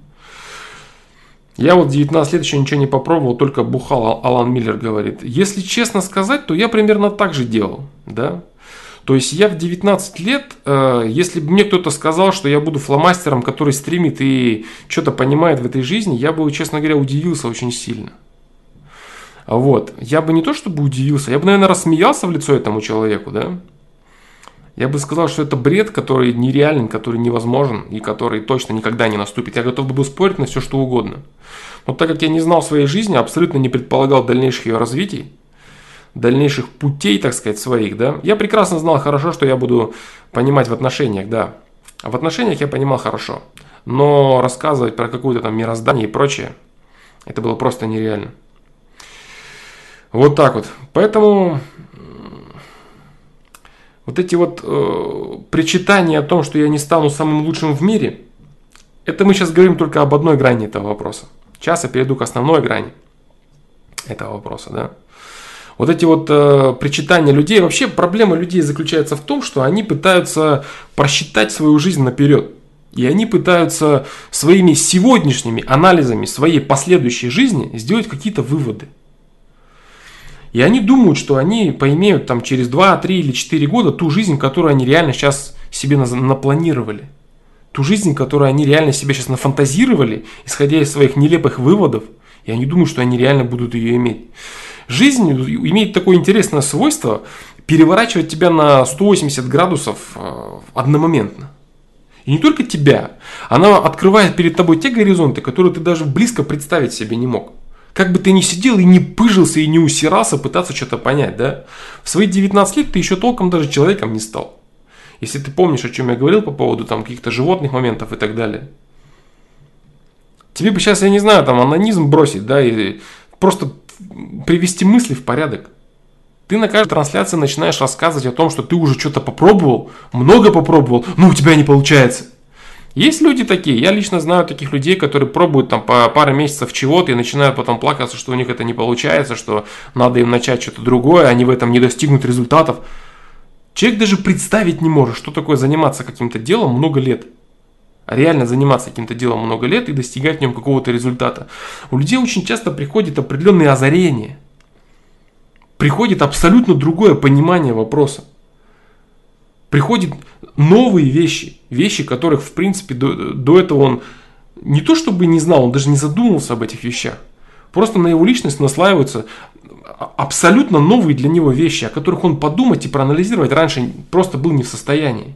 Я вот 19 лет еще ничего не попробовал, только бухал, Алан Миллер говорит. Если честно сказать, то я примерно так же делал, да. То есть я в 19 лет, если бы мне кто-то сказал, что я буду фломастером, который стримит и что-то понимает в этой жизни, я бы, честно говоря, удивился очень сильно. Вот. Я бы не то чтобы удивился, я бы, наверное, рассмеялся в лицо этому человеку, да. Я бы сказал, что это бред, который нереален, который невозможен и который точно никогда не наступит. Я готов был спорить на все, что угодно. Но так как я не знал своей жизни, абсолютно не предполагал дальнейших ее развитий, дальнейших путей, так сказать, своих, да, я прекрасно знал хорошо, что я буду понимать в отношениях, да. А в отношениях я понимал хорошо. Но рассказывать про какое-то там мироздание и прочее, это было просто нереально. Вот так вот. Поэтому вот эти вот причитания о том, что я не стану самым лучшим в мире, это мы сейчас говорим только об одной грани этого вопроса. Сейчас я перейду к основной грани этого вопроса, да. Вот эти вот причитания людей, вообще проблема людей заключается в том, что они пытаются просчитать свою жизнь наперед. И они пытаются своими сегодняшними анализами своей последующей жизни сделать какие-то выводы. И они думают, что они поимеют там через 2, 3 или 4 года ту жизнь, которую они реально сейчас себе напланировали. Ту жизнь, которую они реально себе сейчас нафантазировали, исходя из своих нелепых выводов. И они думают, что они реально будут ее иметь. Жизнь имеет такое интересное свойство переворачивает тебя на 180 градусов одномоментно. И не только тебя. Она открывает перед тобой те горизонты, которые ты даже близко представить себе не мог. Как бы ты ни сидел и не пыжился, и не усирался пытаться что-то понять, да? В свои 19 лет ты еще толком даже человеком не стал. Если ты помнишь, о чем я говорил по поводу там каких-то животных моментов и так далее. Тебе бы сейчас, я не знаю, там анонизм бросить, да, и просто привести мысли в порядок. Ты на каждой трансляции начинаешь рассказывать о том, что ты уже что-то попробовал, много попробовал, но у тебя не получается. Есть люди такие, я лично знаю таких людей, которые пробуют там по пару месяцев чего-то и начинают потом плакаться, что у них это не получается, что надо им начать что-то другое, они в этом не достигнут результатов. Человек даже представить не может, что такое заниматься каким-то делом много лет. Реально заниматься каким-то делом много лет и достигать в нем какого-то результата. У людей очень часто приходит определенные озарения. Приходит абсолютно другое понимание вопроса. Приходят новые вещи. Вещи, которых, в принципе, до этого он не то чтобы не знал, он даже не задумывался об этих вещах. Просто на его личность наслаиваются абсолютно новые для него вещи, о которых он подумать и проанализировать раньше просто был не в состоянии.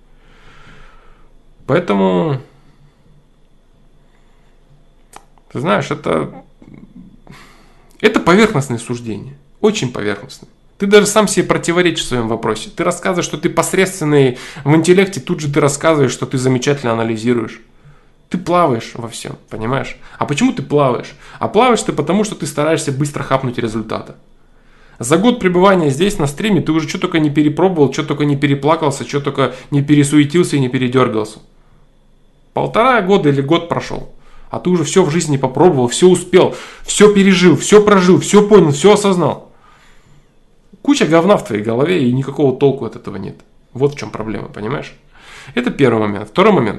Поэтому, ты знаешь, это поверхностное суждение. Очень поверхностное. Ты даже сам себе противоречишь в своем вопросе. Ты рассказываешь, что ты посредственный в интеллекте, тут же ты рассказываешь, что ты замечательно анализируешь. Ты плаваешь во всем, понимаешь? А почему ты плаваешь? А плаваешь ты потому, что ты стараешься быстро хапнуть результата. За год пребывания здесь на стриме ты уже что только не перепробовал, что только не переплакался, что только не пересуетился и не передергался. 1,5 года или год прошел. А ты уже все в жизни попробовал, все успел, все пережил, все прожил, все понял, все осознал. Куча говна в твоей голове и никакого толку от этого нет. Вот в чем проблема, понимаешь? Это первый момент. Второй момент.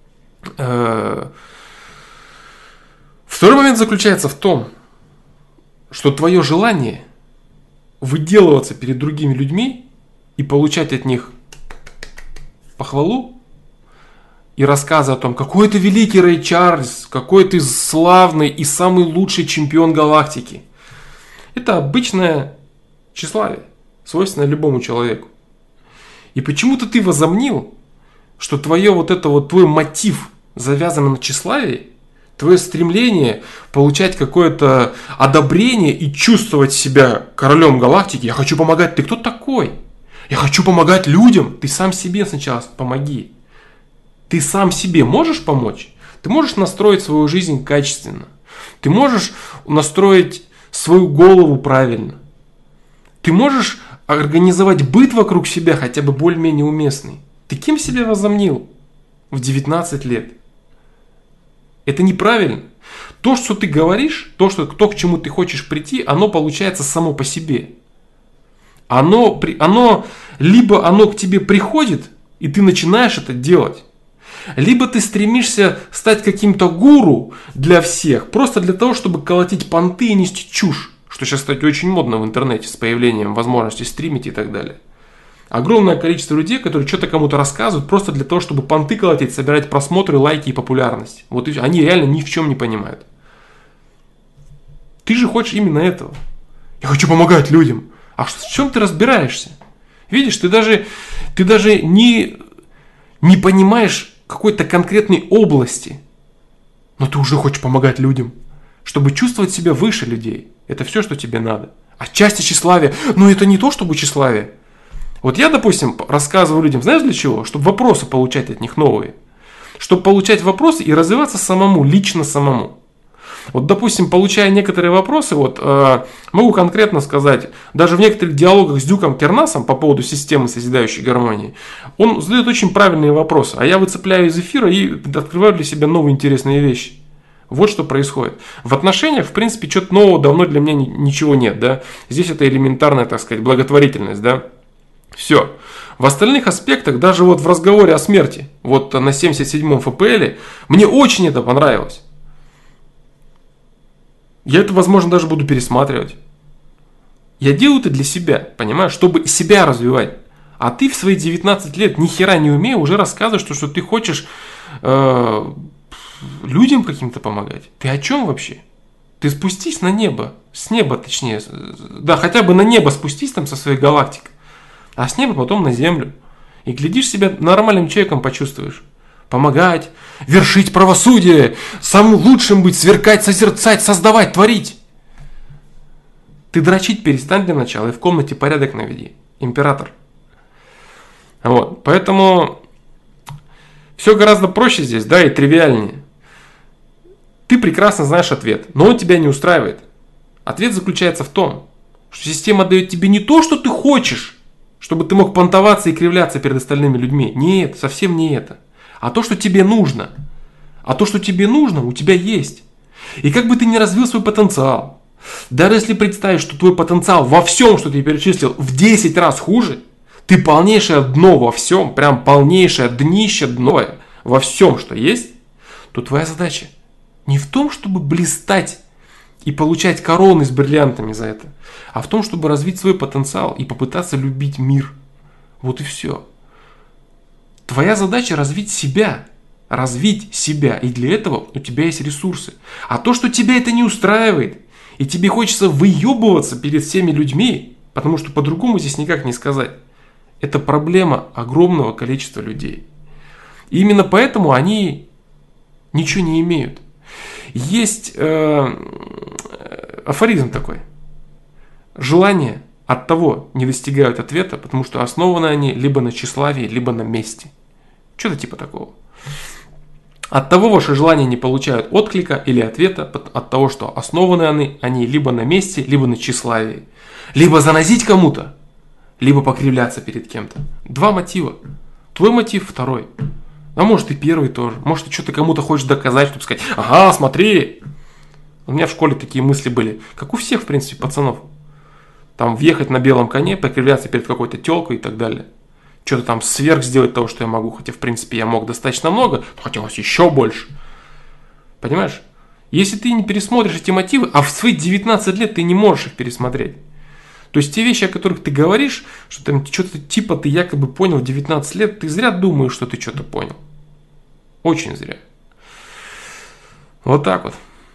Второй момент заключается в том, что твое желание выделываться перед другими людьми и получать от них похвалу и рассказы о том, какой ты великий Рэй Чарльз, какой ты славный и самый лучший чемпион галактики. Это обычное тщеславие, свойственное любому человеку. И почему-то ты возомнил, что твое твой мотив завязан на тщеславии, твое стремление получать какое-то одобрение и чувствовать себя королем галактики. Я хочу помогать. Ты кто такой? Я хочу помогать людям. Ты сам себе сначала помоги. Ты сам себе можешь помочь? Ты можешь настроить свою жизнь качественно. Ты можешь настроить свою голову правильно. Ты можешь организовать быт вокруг себя хотя бы более-менее уместный. Ты кем себя возомнил в 19 лет? Это неправильно. То, что ты говоришь, то, к чему ты хочешь прийти, оно получается само по себе. Либо оно к тебе приходит, и ты начинаешь это делать. Либо ты стремишься стать каким-то гуру для всех, просто для того, чтобы колотить понты и нести чушь. Что сейчас, кстати, очень модно в интернете с появлением возможности стримить и так далее. Огромное количество людей, которые что-то кому-то рассказывают просто для того, чтобы понты колотить, собирать просмотры, лайки и популярность. Вот и они реально ни в чем не понимают. Ты же хочешь именно этого. Я хочу помогать людям. А в чем ты разбираешься? Видишь, ты даже не понимаешь какой-то конкретной области. Но ты уже хочешь помогать людям. Чтобы чувствовать себя выше людей. Это все, что тебе надо. Отчасти тщеславие. Но это не то, чтобы тщеславие. Вот я, допустим, рассказываю людям, знаешь для чего? Чтобы вопросы получать от них новые. Чтобы получать вопросы и развиваться самому, лично самому. Вот, допустим, получая некоторые вопросы, могу конкретно сказать, даже в некоторых диалогах с Дюком Кернасом по поводу системы созидающей гармонии, он задает очень правильные вопросы, а я выцепляю из эфира и открываю для себя новые интересные вещи. Вот что происходит. В отношениях, в принципе, что-то нового давно для меня ничего нет, да. Здесь это элементарная, так сказать, благотворительность, да. Все. В остальных аспектах, даже вот в разговоре о смерти, вот на 77-м ФПЛ, мне очень это понравилось. Я это, возможно, даже буду пересматривать. Я делаю это для себя, понимаешь, чтобы себя развивать. А ты в свои 19 лет, ни хера не умея, уже рассказываешь, что ты хочешь людям каким-то помогать. Ты о чем вообще? Ты спустись на небо. С неба, точнее. Да, хотя бы на небо спустись там со своей галактикой. А с неба потом на землю. И глядишь, себя нормальным человеком почувствуешь. Помогать, вершить правосудие, самым лучшим быть, сверкать, созерцать, создавать, творить. Ты дрочить перестань для начала и в комнате порядок наведи. Император. Вот. Поэтому все гораздо проще здесь, да, и тривиальнее. Ты прекрасно знаешь ответ, но он тебя не устраивает. Ответ заключается в том, что система дает тебе не то, что ты хочешь, чтобы ты мог понтоваться и кривляться перед остальными людьми. Нет, совсем не это. А то, что тебе нужно. А то, что тебе нужно, у тебя есть. И как бы ты ни развил свой потенциал, даже если представить, что твой потенциал во всем, что ты перечислил, в 10 раз хуже, ты полнейшее дно во всем, прям полнейшее днище дно во всем, что есть, то твоя задача не в том, чтобы блистать и получать короны с бриллиантами за это, а в том, чтобы развить свой потенциал и попытаться любить мир. Вот и все. Твоя задача развить себя. Развить себя. И для этого у тебя есть ресурсы. А то, что тебя это не устраивает, и тебе хочется выебываться перед всеми людьми, потому что по-другому здесь никак не сказать, это проблема огромного количества людей. И именно поэтому они ничего не имеют. Есть афоризм такой. Желания от того не достигают ответа, потому что основаны они либо на тщеславии, либо на мести. Что-то типа такого. От того ваши желания не получают отклика или ответа, от того, что основаны они либо на мести, либо на тщеславии. Либо занозить кому-то, либо покривляться перед кем-то. Два мотива. Твой мотив второй. А может и первый тоже. Может ты что-то кому-то хочешь доказать, чтобы сказать: ага, смотри. У меня в школе такие мысли были. Как у всех, в принципе, пацанов. Там въехать на белом коне, покривляться перед какой-то телкой и так далее. Что-то там сверх сделать того, что я могу. Хотя, в принципе, я мог достаточно много, но хотелось еще больше. Понимаешь? Если ты не пересмотришь эти мотивы, а в свои 19 лет ты не можешь их пересмотреть. То есть те вещи, о которых ты говоришь, что там что-то типа ты якобы понял в 19 лет, ты зря думаешь, что ты что-то понял. Очень зря. Вот так вот.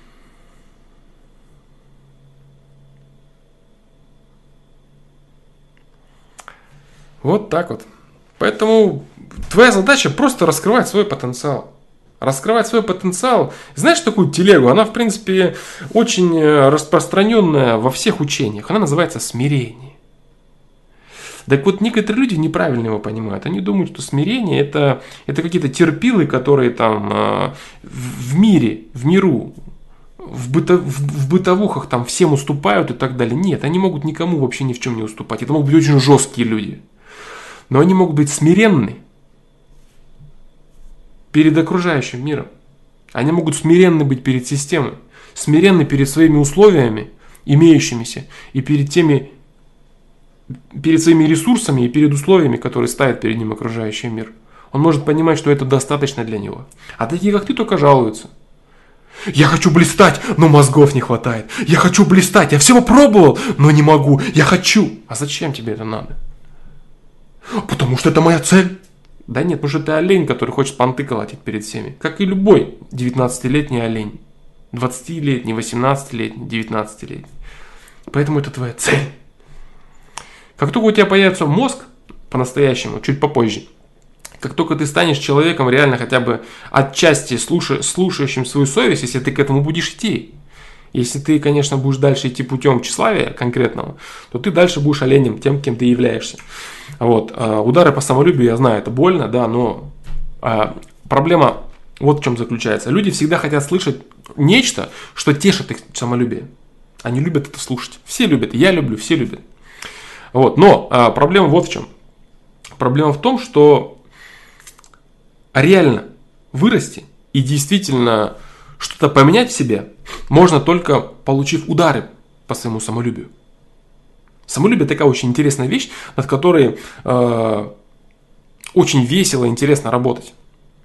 Вот так вот. Поэтому твоя задача просто раскрывать свой потенциал. Раскрывать свой потенциал. Знаешь такую телегу? Она, в принципе, очень распространенная во всех учениях. Она называется смирение. Так вот, некоторые люди неправильно его понимают. Они думают, что смирение это какие-то терпилы, которые там в миру, в бытовухах там всем уступают и так далее. Нет, они могут никому вообще ни в чем не уступать. Это могут быть очень жесткие люди. Но они могут быть смиренны перед окружающим миром. Они могут смиренны быть перед системой, смиренны перед своими условиями, имеющимися, и перед своими ресурсами и перед условиями, которые ставит перед ним окружающий мир. Он может понимать, что это достаточно для него. А такие, как ты, только жалуются. Я хочу блистать, но мозгов не хватает. Я хочу блистать, я все попробовал, но не могу. Я хочу. А зачем тебе это надо? Потому что это моя цель. Да нет, потому что ты олень, который хочет понты колотить перед всеми. Как и любой 19-летний олень. 20-летний, 18-летний, 19-летний. Поэтому это твоя цель. Как только у тебя появится мозг, по-настоящему, чуть попозже, как только ты станешь человеком реально хотя бы отчасти слушающим свою совесть, если ты к этому будешь идти, если ты, конечно, будешь дальше идти путем тщеславия конкретного, то ты дальше будешь оленем, тем, кем ты являешься. Вот. Удары по самолюбию, я знаю, это больно, да, но проблема вот в чем заключается. Люди всегда хотят слышать нечто, что тешит их самолюбие. Они любят это слушать. Все любят, я люблю, все любят. Вот. Но проблема вот в чем. Проблема в том, что реально вырасти и действительно что-то поменять в себе можно только получив удары по своему самолюбию. Самолюбие такая очень интересная вещь, над которой очень весело и интересно работать.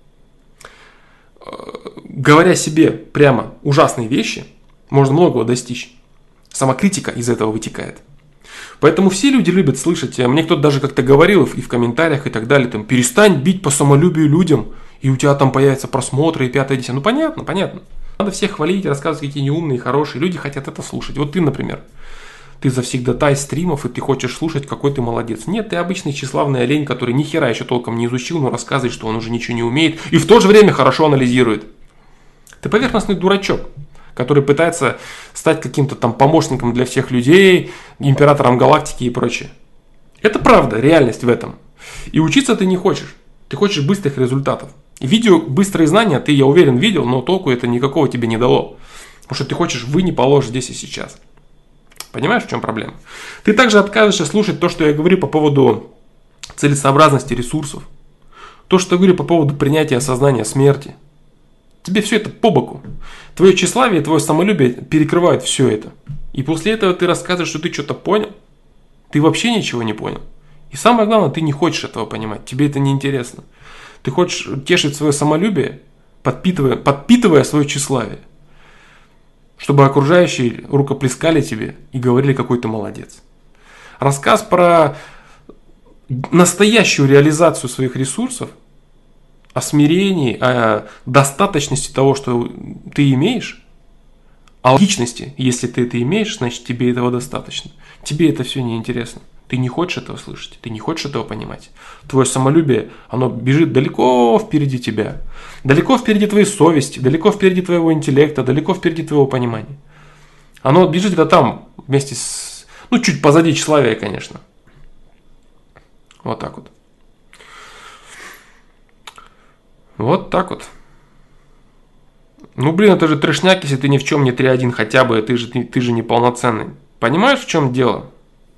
Говоря себе прямо ужасные вещи, можно многого достичь. Самокритика из этого вытекает. Поэтому все люди любят слышать, мне кто-то даже как-то говорил и в комментариях и так далее, там, перестань бить по самолюбию людям, и у тебя там появятся просмотры и 5-10. Ну понятно. Надо всех хвалить, рассказывать, какие они умные, хорошие. Люди хотят это слушать. Вот ты, например. ты завсегдатай стримов, и ты хочешь слушать, какой ты молодец. Нет, ты обычный тщеславный олень, который ни хера еще толком не изучил, но рассказывает, что он уже ничего не умеет, и в то же время хорошо анализирует. Ты поверхностный дурачок, который пытается стать каким-то там помощником для всех людей, императором галактики и прочее. Это правда, реальность в этом. И учиться ты не хочешь. Ты хочешь быстрых результатов. Видео «Быстрые знания» ты, я уверен, видел, но толку это никакого тебе не дало. Потому что ты хочешь «вы не положь здесь и сейчас». Понимаешь, в чем проблема? Ты также отказываешься слушать то, что я говорю по поводу целесообразности ресурсов. То, что я говорю по поводу принятия осознания смерти. Тебе все это по боку. Твое тщеславие и твое самолюбие перекрывают все это. И после этого ты рассказываешь, что ты что-то понял. Ты вообще ничего не понял. И самое главное, ты не хочешь этого понимать. Тебе это не интересно. Ты хочешь тешить свое самолюбие, подпитывая свое тщеславие. Чтобы окружающие рукоплескали тебе и говорили, какой ты молодец. Рассказ про настоящую реализацию своих ресурсов, о смирении, о достаточности того, что ты имеешь, о логичности, если ты это имеешь, значит тебе этого достаточно. Тебе это все не интересно. Ты не хочешь этого слышать, ты не хочешь этого понимать. Твое самолюбие, оно бежит далеко впереди тебя. Далеко впереди твоей совести, далеко впереди твоего интеллекта, далеко впереди твоего понимания. Оно бежит где-то там, вместе с... чуть позади тщеславия, конечно. Вот так вот. Вот так вот. Это же трешняк, если ты ни в чем не 3-1 хотя бы, ты же неполноценный. Понимаешь, в чем дело?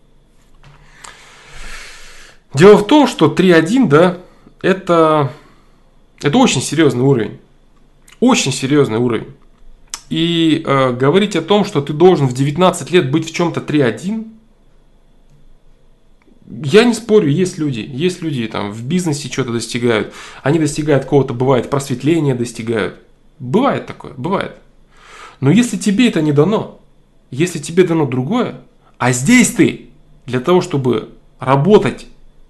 Дело в том, что 3-1, да, это очень серьезный уровень. Очень серьезный уровень. И говорить о том, что ты должен в 19 лет быть в чем-то 3-1, я не спорю, есть люди там в бизнесе что-то достигают, они достигают какого-то, бывает, просветления достигают. Бывает такое, бывает. Но если тебе это не дано, если тебе дано другое, а здесь ты для того, чтобы работать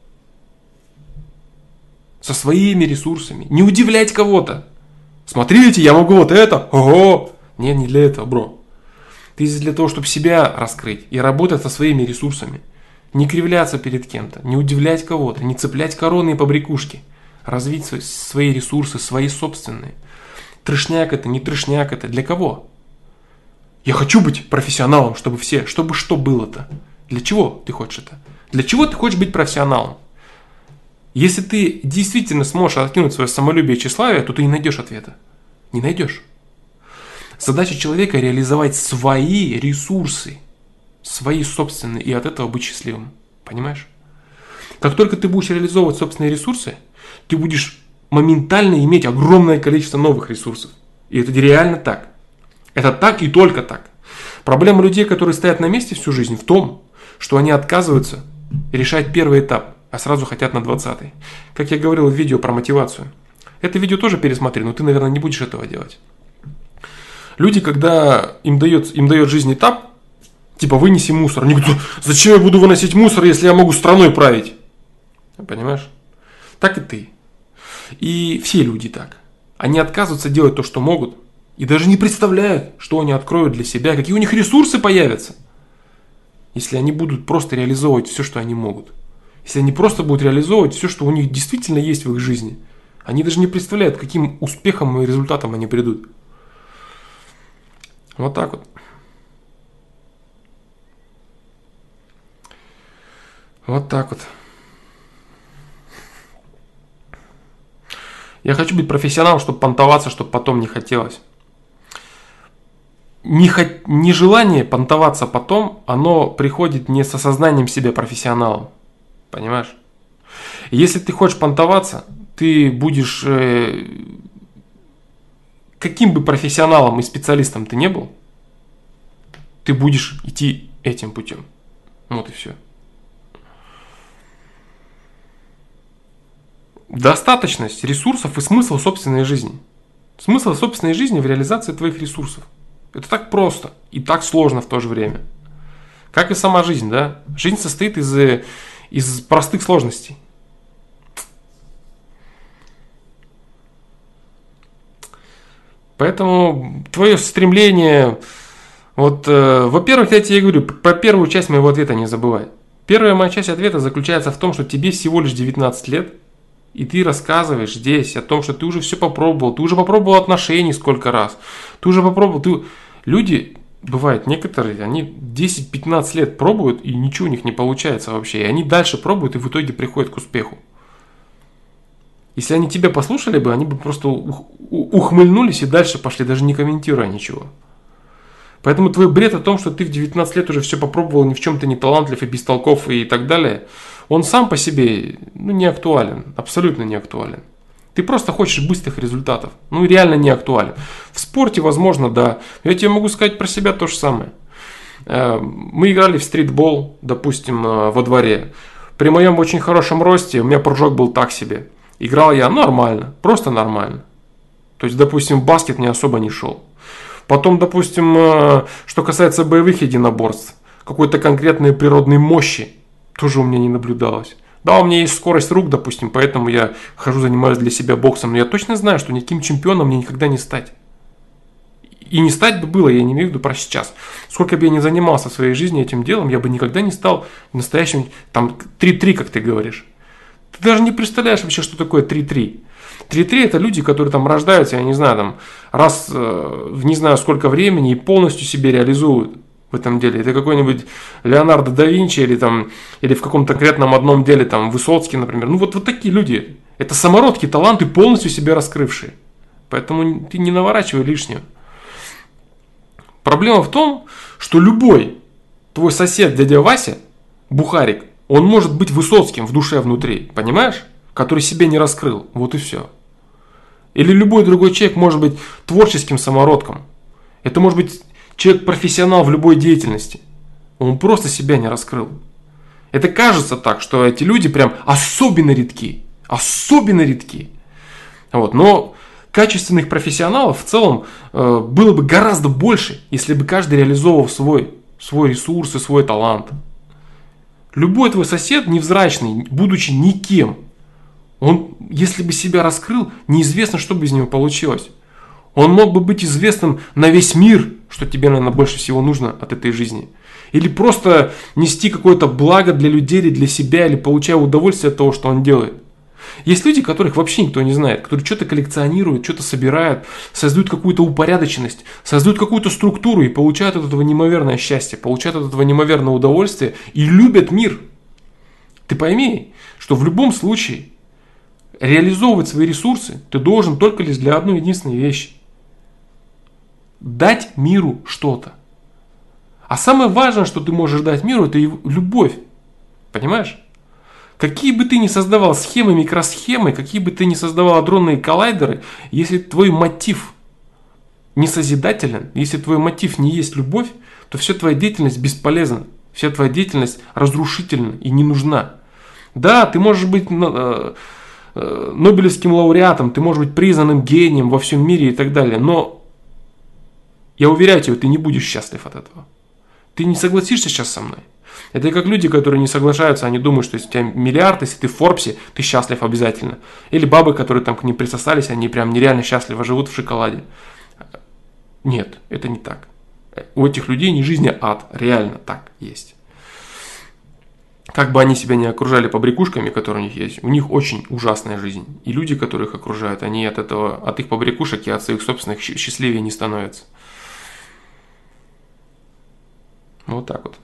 со своими ресурсами, не удивлять кого-то. Смотрите, я могу вот это, ого! Нет, не для этого, бро. Ты здесь для того, чтобы себя раскрыть и работать со своими ресурсами. Не кривляться перед кем-то, не удивлять кого-то, не цеплять короны и побрякушки. Развить свои ресурсы, свои собственные. Трешняк это, не трешняк это. Для кого? Я хочу быть профессионалом, чтобы что было-то? Для чего ты хочешь это? Для чего ты хочешь быть профессионалом? Если ты действительно сможешь откинуть свое самолюбие и тщеславие, то ты не найдешь ответа. Не найдешь. Задача человека реализовать свои ресурсы, свои собственные, и от этого быть счастливым. Понимаешь? Как только ты будешь реализовывать собственные ресурсы, ты будешь моментально иметь огромное количество новых ресурсов. И это реально так. Это так и только так. Проблема людей, которые стоят на месте всю жизнь, в том, что они отказываются решать первый этап, а сразу хотят на 20-й. Как я говорил в видео про мотивацию. Это видео тоже пересмотри, но ты, наверное, не будешь этого делать. Люди, когда им дает жизнь этап, типа вынеси мусор. Они говорят, зачем я буду выносить мусор, если я могу страной править? Понимаешь? Так и ты. И все люди так. Они отказываются делать то, что могут, и даже не представляют, что они откроют для себя, какие у них ресурсы появятся, если они будут просто реализовывать все, что они могут. Если они просто будут реализовывать все, что у них действительно есть в их жизни. Они даже не представляют, к каким успехам и результатам они придут. Вот так вот. Вот так вот. Я хочу быть профессионалом, чтобы понтоваться, чтобы потом не хотелось. Нежелание понтоваться потом, оно приходит не с осознанием себя профессионалом. Понимаешь? Если ты хочешь понтоваться, ты будешь, каким бы профессионалом и специалистом ты не был, ты будешь идти этим путем. Вот и все. Достаточность ресурсов и смысл собственной жизни. Смысл собственной жизни в реализации твоих ресурсов. Это так просто и так сложно в то же время. Как и сама жизнь, да? Жизнь состоит из простых сложностей. Поэтому твое стремление Вот, во-первых, я тебе говорю, про первую часть моего ответа не забывай. Первая моя часть ответа заключается в том, что тебе всего лишь 19 лет, и ты рассказываешь здесь о том, что ты уже все попробовал, ты уже попробовал отношений сколько раз, ты уже попробовал, Люди, бывают некоторые, они 10-15 лет пробуют, и ничего у них не получается вообще, и они дальше пробуют, и в итоге приходят к успеху. Если они тебя послушали бы, они бы просто ухмыльнулись и дальше пошли, даже не комментируя ничего. Поэтому твой бред о том, что ты в 19 лет уже все попробовал, ни в чем ты не талантлив и бестолков и так далее, он сам по себе не актуален, абсолютно не актуален. Ты просто хочешь быстрых результатов, реально не актуален. В спорте, возможно, да. Я тебе могу сказать про себя то же самое. Мы играли в стритбол, допустим, во дворе. При моем очень хорошем росте у меня прыжок был так себе. Играл я нормально, просто нормально. То есть, допустим, в баскет мне особо не шел. Потом, допустим, что касается боевых единоборств, какой-то конкретной природной мощи тоже у меня не наблюдалось. Да, у меня есть скорость рук, допустим, поэтому я хожу, занимаюсь для себя боксом, но я точно знаю, что никаким чемпионом мне никогда не стать. И не стать бы было, я не имею в виду про сейчас. Сколько бы я ни занимался в своей жизни этим делом, я бы никогда не стал настоящим, 3-3, как ты говоришь. Ты даже не представляешь вообще, что такое 3-3. 3-3 это люди, которые там рождаются, я не знаю, раз в не знаю сколько времени и полностью себе реализуют в этом деле. Это какой-нибудь Леонардо да Винчи или в каком-то конкретном одном деле, Высоцкий, например. Вот такие люди. Это самородки, таланты, полностью себя раскрывшие. Поэтому ты не наворачивай лишнего. Проблема в том, что любой твой сосед, дядя Вася, бухарик, он может быть Высоцким в душе внутри, понимаешь? Который себя не раскрыл. Вот и все. Или любой другой человек может быть творческим самородком. Это может быть человек-профессионал в любой деятельности. Он просто себя не раскрыл. Это кажется так, что эти люди прям особенно редки. Особенно редки. Но качественных профессионалов в целом было бы гораздо больше, если бы каждый реализовывал свой ресурс и свой талант. Любой твой сосед невзрачный, будучи никем, он, если бы себя раскрыл, неизвестно, что бы из него получилось. Он мог бы быть известным на весь мир, что тебе, наверное, больше всего нужно от этой жизни. Или просто нести какое-то благо для людей, или для себя, или получая удовольствие от того, что он делает. Есть люди, которых вообще никто не знает, которые что-то коллекционируют, что-то собирают, создают какую-то упорядоченность, создают какую-то структуру и получают от этого неимоверное счастье, получают от этого неимоверное удовольствие и любят мир. Ты пойми, что в любом случае реализовывать свои ресурсы ты должен только лишь для одной единственной вещи. Дать миру что-то. А самое важное, что ты можешь дать миру, это любовь. Понимаешь? Какие бы ты ни создавал схемы, микросхемы, какие бы ты ни создавал адронные коллайдеры, если твой мотив не созидателен, если твой мотив не есть любовь, то вся твоя деятельность бесполезна. Вся твоя деятельность разрушительна и не нужна. Да, ты можешь быть Нобелевским лауреатом, ты можешь быть признанным гением во всем мире и так далее, но я уверяю тебя, ты не будешь счастлив от этого. Ты не согласишься сейчас со мной. Это как люди, которые не соглашаются, они думают, что если у тебя миллиард, если ты в Форбсе, ты счастлив обязательно. Или бабы, которые к ним присосались, они прям нереально счастливо живут в шоколаде. Нет, это не так. У этих людей не жизнь, а ад. Реально так есть. Как бы они себя не окружали побрякушками, которые у них есть, у них очень ужасная жизнь. И люди, которые их окружают, они от их побрякушек и от своих собственных счастливее не становятся. Вот так вот.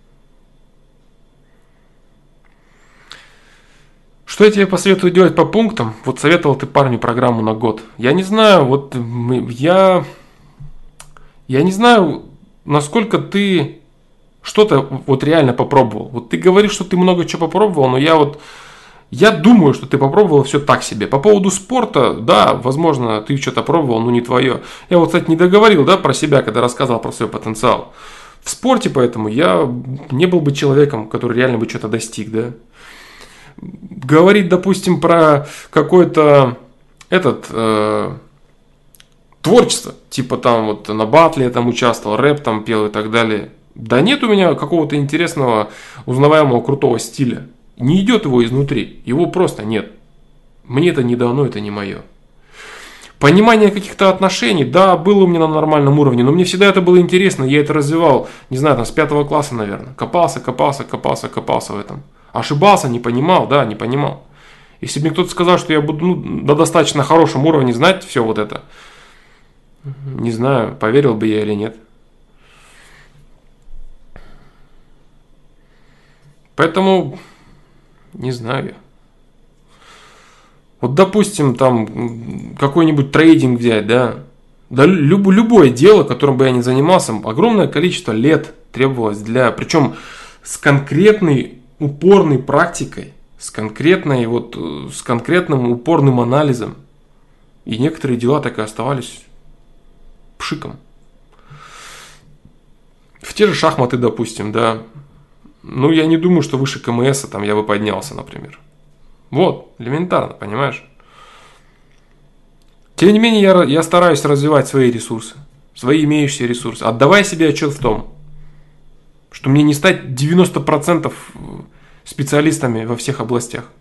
Что я тебе посоветую делать по пунктам? Вот советовал ты парню программу на год. Я не знаю, я не знаю, насколько ты что-то реально попробовал. Вот ты говоришь, что ты много чего попробовал, но я думаю, что ты попробовал все так себе. По поводу спорта, да, возможно, ты что-то пробовал, но не твое. Я кстати, не договорил, да, про себя, когда рассказывал про свой потенциал. В спорте, поэтому я не был бы человеком, который реально бы что-то достиг, да. Говорить, допустим, про какое-то творчество, типа на батле я участвовал, рэп пел и так далее. Да нет у меня какого-то интересного, узнаваемого, крутого стиля. Не идет его изнутри, его просто нет. Мне это не дано, это не мое. Понимание каких-то отношений, да, было у меня на нормальном уровне, но мне всегда это было интересно, я это развивал, не знаю, там с 5 класса, наверное. Копался в этом. Ошибался, не понимал, да, не понимал. Если бы мне кто-то сказал, что я буду на достаточно хорошем уровне знать все вот это, не знаю, поверил бы я или нет. Поэтому, не знаю я. Вот, допустим, там какой-нибудь трейдинг взять, да, любое дело, которым бы я ни занимался, огромное количество лет требовалось причем с конкретной упорной практикой, с конкретным упорным анализом. И некоторые дела так и оставались пшиком. В те же шахматы, допустим, да, ну, я не думаю, что выше КМС там я бы поднялся, например. Вот, элементарно, понимаешь? Тем не менее, я стараюсь развивать свои ресурсы, свои имеющиеся ресурсы, отдавая себе отчет в том, что мне не стать 90% специалистами во всех областях.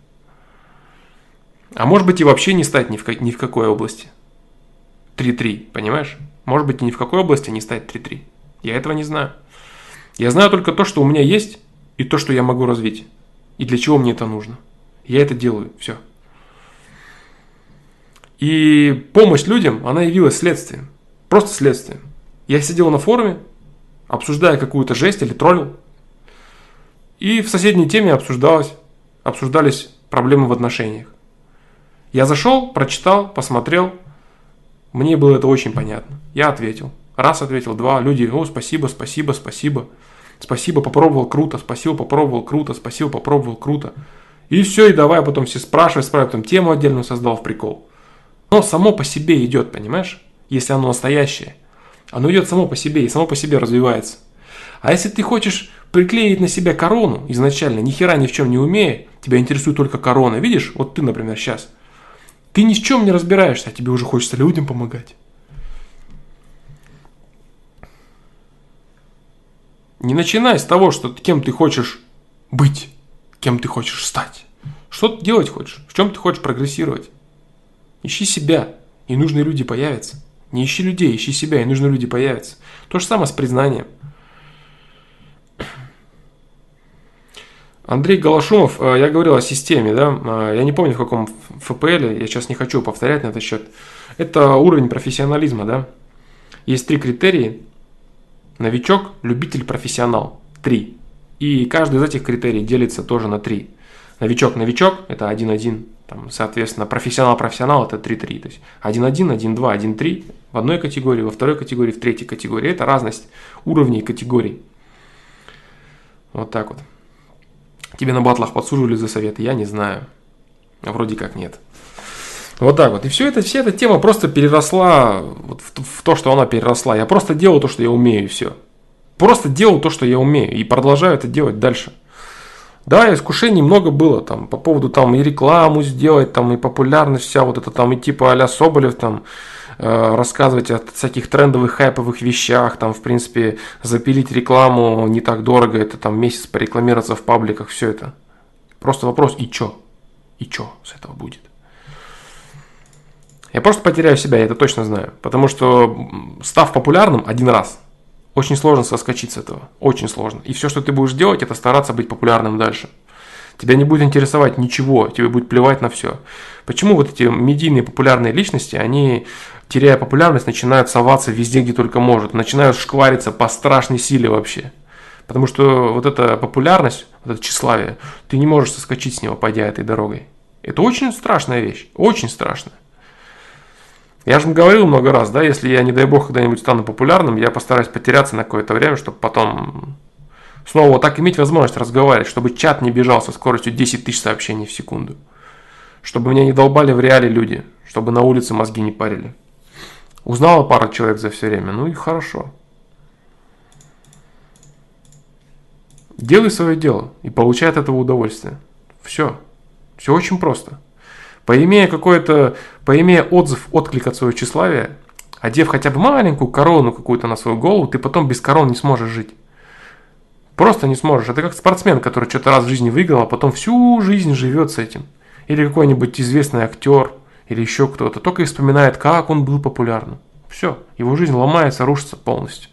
А может быть и вообще не стать ни в какой области. 3-3, понимаешь? Может быть и ни в какой области не стать 3-3. Я этого не знаю. Я знаю только то, что у меня есть, и то, что я могу развить. И для чего мне это нужно. Я это делаю, все. И помощь людям, она явилась следствием. Просто следствием. Я сидел на форуме, обсуждая какую-то жесть или троллил. И в соседней теме обсуждались проблемы в отношениях. Я зашел, прочитал, посмотрел. Мне было это очень понятно. Я ответил. Раз ответил, два. Люди, спасибо. Спасибо, попробовал, круто. Спасибо, попробовал, круто. И все, и давай потом все спрашивать, потом тему отдельную создал в прикол. Оно само по себе идет, понимаешь? Если оно настоящее. Оно идет само по себе и само по себе развивается. А если ты хочешь приклеить на себя корону изначально, ни хера ни в чем не умея, тебя интересует только корона. Видишь, вот ты, например, сейчас. Ты ни в чем не разбираешься, а тебе уже хочется людям помогать. Не начинай с того, что кем ты хочешь быть, кем ты хочешь стать. Что ты делать хочешь, в чем ты хочешь прогрессировать. Ищи себя, и нужные люди появятся. Не ищи людей, ищи себя, и нужные люди появятся. То же самое с признанием. Андрей Голошумов, я говорил о системе, да, я не помню в каком ФПЛ, я сейчас не хочу повторять на этот счет. Это уровень профессионализма, да. Есть 3 критерия. Новичок, любитель, профессионал. 3. И каждый из этих критерий делится тоже на 3. Новичок, это 1-1. Там, соответственно, профессионал, это 3-3. То есть 1-1, 1-2, 1-3 в одной категории, во второй категории, в третьей категории. Это разность уровней категорий. Вот так вот. Тебе на батлах подсуживали за советы, я не знаю. Вроде как нет. Вот так вот. И вся эта тема просто переросла вот в то, что она переросла. Я просто делал то, что я умею, и все. Просто делал то, что я умею. И продолжаю это делать дальше. Да, искушений много было. Там, по поводу там, и рекламу сделать, там, и популярность вся вот это там, и типа а-ля Соболев там, рассказывать о всяких трендовых, хайповых вещах. Там, в принципе, запилить рекламу не так дорого. Это там месяц порекламироваться в пабликах. Все это. Просто вопрос, и чё? И чё с этого будет? Я просто потеряю себя, я это точно знаю. Потому что, став популярным один раз, очень сложно соскочить с этого. Очень сложно. И все, что ты будешь делать, это стараться быть популярным дальше. Тебя не будет интересовать ничего, тебе будет плевать на все. Почему вот эти медийные популярные личности, они, теряя популярность, начинают соваться везде, где только может. Начинают шквариться по страшной силе вообще. Потому что вот эта популярность, вот это тщеславие, ты не можешь соскочить с него, пойдя этой дорогой. Это очень страшная вещь. Очень страшная. Я же говорил много раз, да, если я, не дай бог, когда-нибудь стану популярным, я постараюсь потеряться на какое-то время, чтобы потом снова вот так иметь возможность разговаривать, чтобы чат не бежал со скоростью 10 тысяч сообщений в секунду. Чтобы меня не долбали в реале люди, чтобы на улице мозги не парили. Узнала пара человек за все время, ну и хорошо. Делай свое дело и получай от этого удовольствие. Все. Все очень просто. Поимея отзыв, отклик от своего тщеславия, одев хотя бы маленькую корону какую-то на свою голову, ты потом без корон не сможешь жить. Просто не сможешь. Это как спортсмен, который что-то раз в жизни выиграл, а потом всю жизнь живет с этим. Или какой-нибудь известный актер, или еще кто-то, только и вспоминает, как он был популярным. Все, его жизнь ломается, рушится полностью.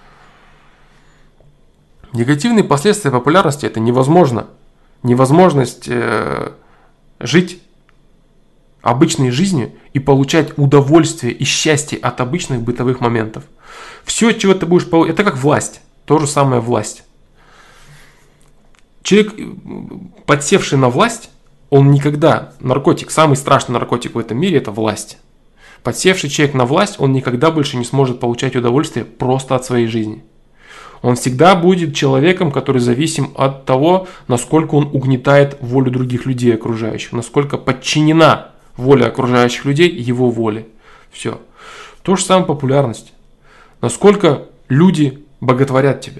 Негативные последствия популярности – это невозможность жить обычной жизнью и получать удовольствие и счастье от обычных бытовых моментов. Все, чего ты будешь получать, это как власть, то же самое власть. Человек, подсевший на власть, он никогда, наркотик, самый страшный наркотик в этом мире – это власть. Подсевший человек на власть, он никогда больше не сможет получать удовольствие просто от своей жизни. Он всегда будет человеком, который зависим от того, насколько он угнетает волю других людей окружающих, насколько подчинена воля окружающих людей его воле. Все. То же самое популярность. Насколько люди боготворят тебя.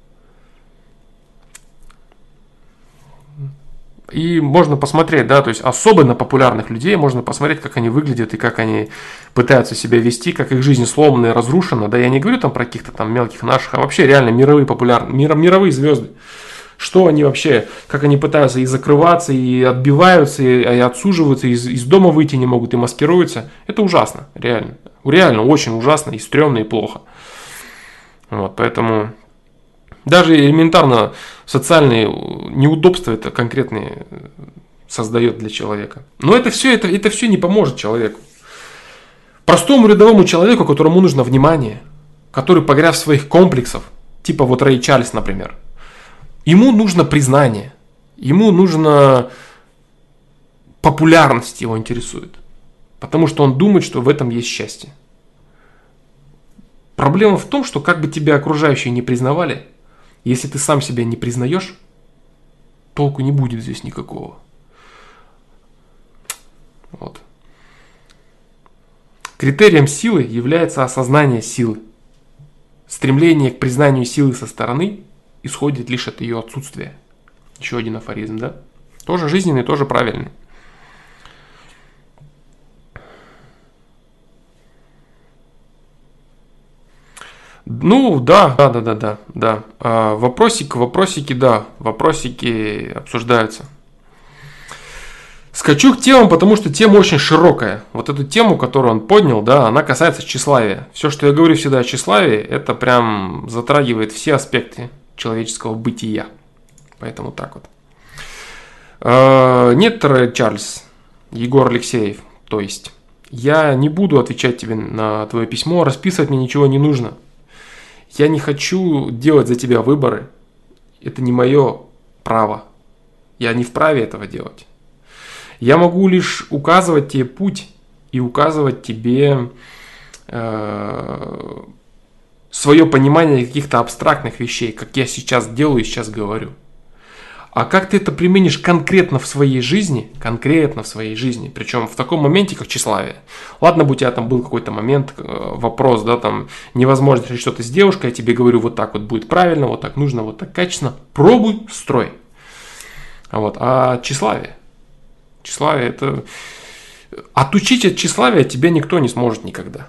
И можно посмотреть, да, то есть особенно популярных людей можно посмотреть, как они выглядят и как они пытаются себя вести, как их жизнь сломана и разрушена. Да, я не говорю там про каких-то там мелких наших, а вообще реально мировые популярные, мировые звезды. Что они вообще, как они пытаются и закрываться, и отбиваются, и отсуживаются, из дома выйти не могут, и маскируются. Это ужасно, реально. Реально очень ужасно, и стрёмно, и плохо. Вот, поэтому даже элементарно социальные неудобства это конкретные создает для человека. Но это все не поможет человеку. Простому рядовому человеку, которому нужно внимание, который погряз в своих комплексах, типа вот Рэй Чарльз, например, ему нужно признание, ему нужно популярность, его интересует. Потому что он думает, что в этом есть счастье. Проблема в том, что как бы тебя окружающие не признавали, если ты сам себя не признаешь, толку не будет здесь никакого. Вот. Критерием силы является осознание силы. Стремление к признанию силы со стороны исходит лишь от ее отсутствия. Еще один афоризм, да? Тоже жизненный, тоже правильный. Ну, да. Вопросики, да, вопросики обсуждаются. Скачу к темам, потому что тема очень широкая. Вот эту тему, которую он поднял, да, она касается тщеславия. Все, что я говорю всегда о тщеславии, это прям затрагивает все аспекты человеческого бытия. Поэтому так вот. Нет, Чарльз, Егор Алексеев, то есть, я не буду отвечать тебе на твое письмо, расписывать мне ничего не нужно. Я не хочу делать за тебя выборы. Это не мое право. Я не вправе этого делать. Я могу лишь указывать тебе путь и указывать тебе свое понимание каких-то абстрактных вещей, как я сейчас делаю и сейчас говорю. А как ты это применишь конкретно в своей жизни, причем в таком моменте, как тщеславие. Ладно бы у тебя там был какой-то момент, вопрос, да, там, невозможно решить что-то с девушкой, я тебе говорю, вот так вот будет правильно, вот так нужно, вот так качественно, пробуй, строй. Вот. А тщеславие это... Отучить от тщеславия тебя никто не сможет никогда.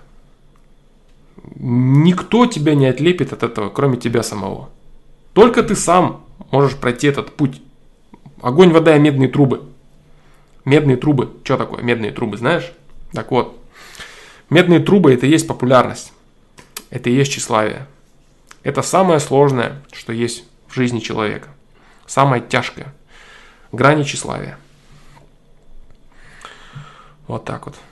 Никто тебя не отлепит от этого, кроме тебя самого. Только ты сам можешь пройти этот путь. Огонь, вода и медные трубы. Медные трубы. Что такое медные трубы, знаешь? Так вот. Медные трубы – это и есть популярность. Это и есть тщеславие. Это самое сложное, что есть в жизни человека. Самое тяжкое. Грани тщеславия. Вот так вот.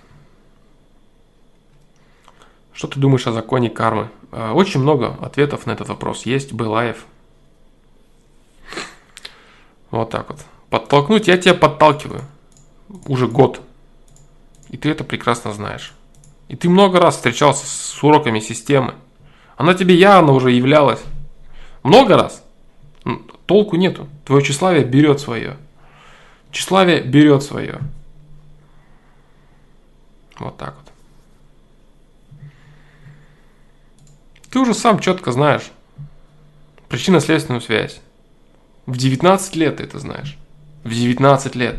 Что ты думаешь о законе кармы? Очень много ответов на этот вопрос есть. Былаев. Вот так вот. Подтолкнуть я тебя подталкиваю. Уже год. И ты это прекрасно знаешь. И ты много раз встречался с уроками системы. Она тебе явно уже являлась. Много раз. Толку нету. Твое тщеславие берет свое. Тщеславие берет свое. Вот так вот. Ты уже сам четко знаешь причинно-следственную связь. В 19 лет ты это знаешь. В 19 лет.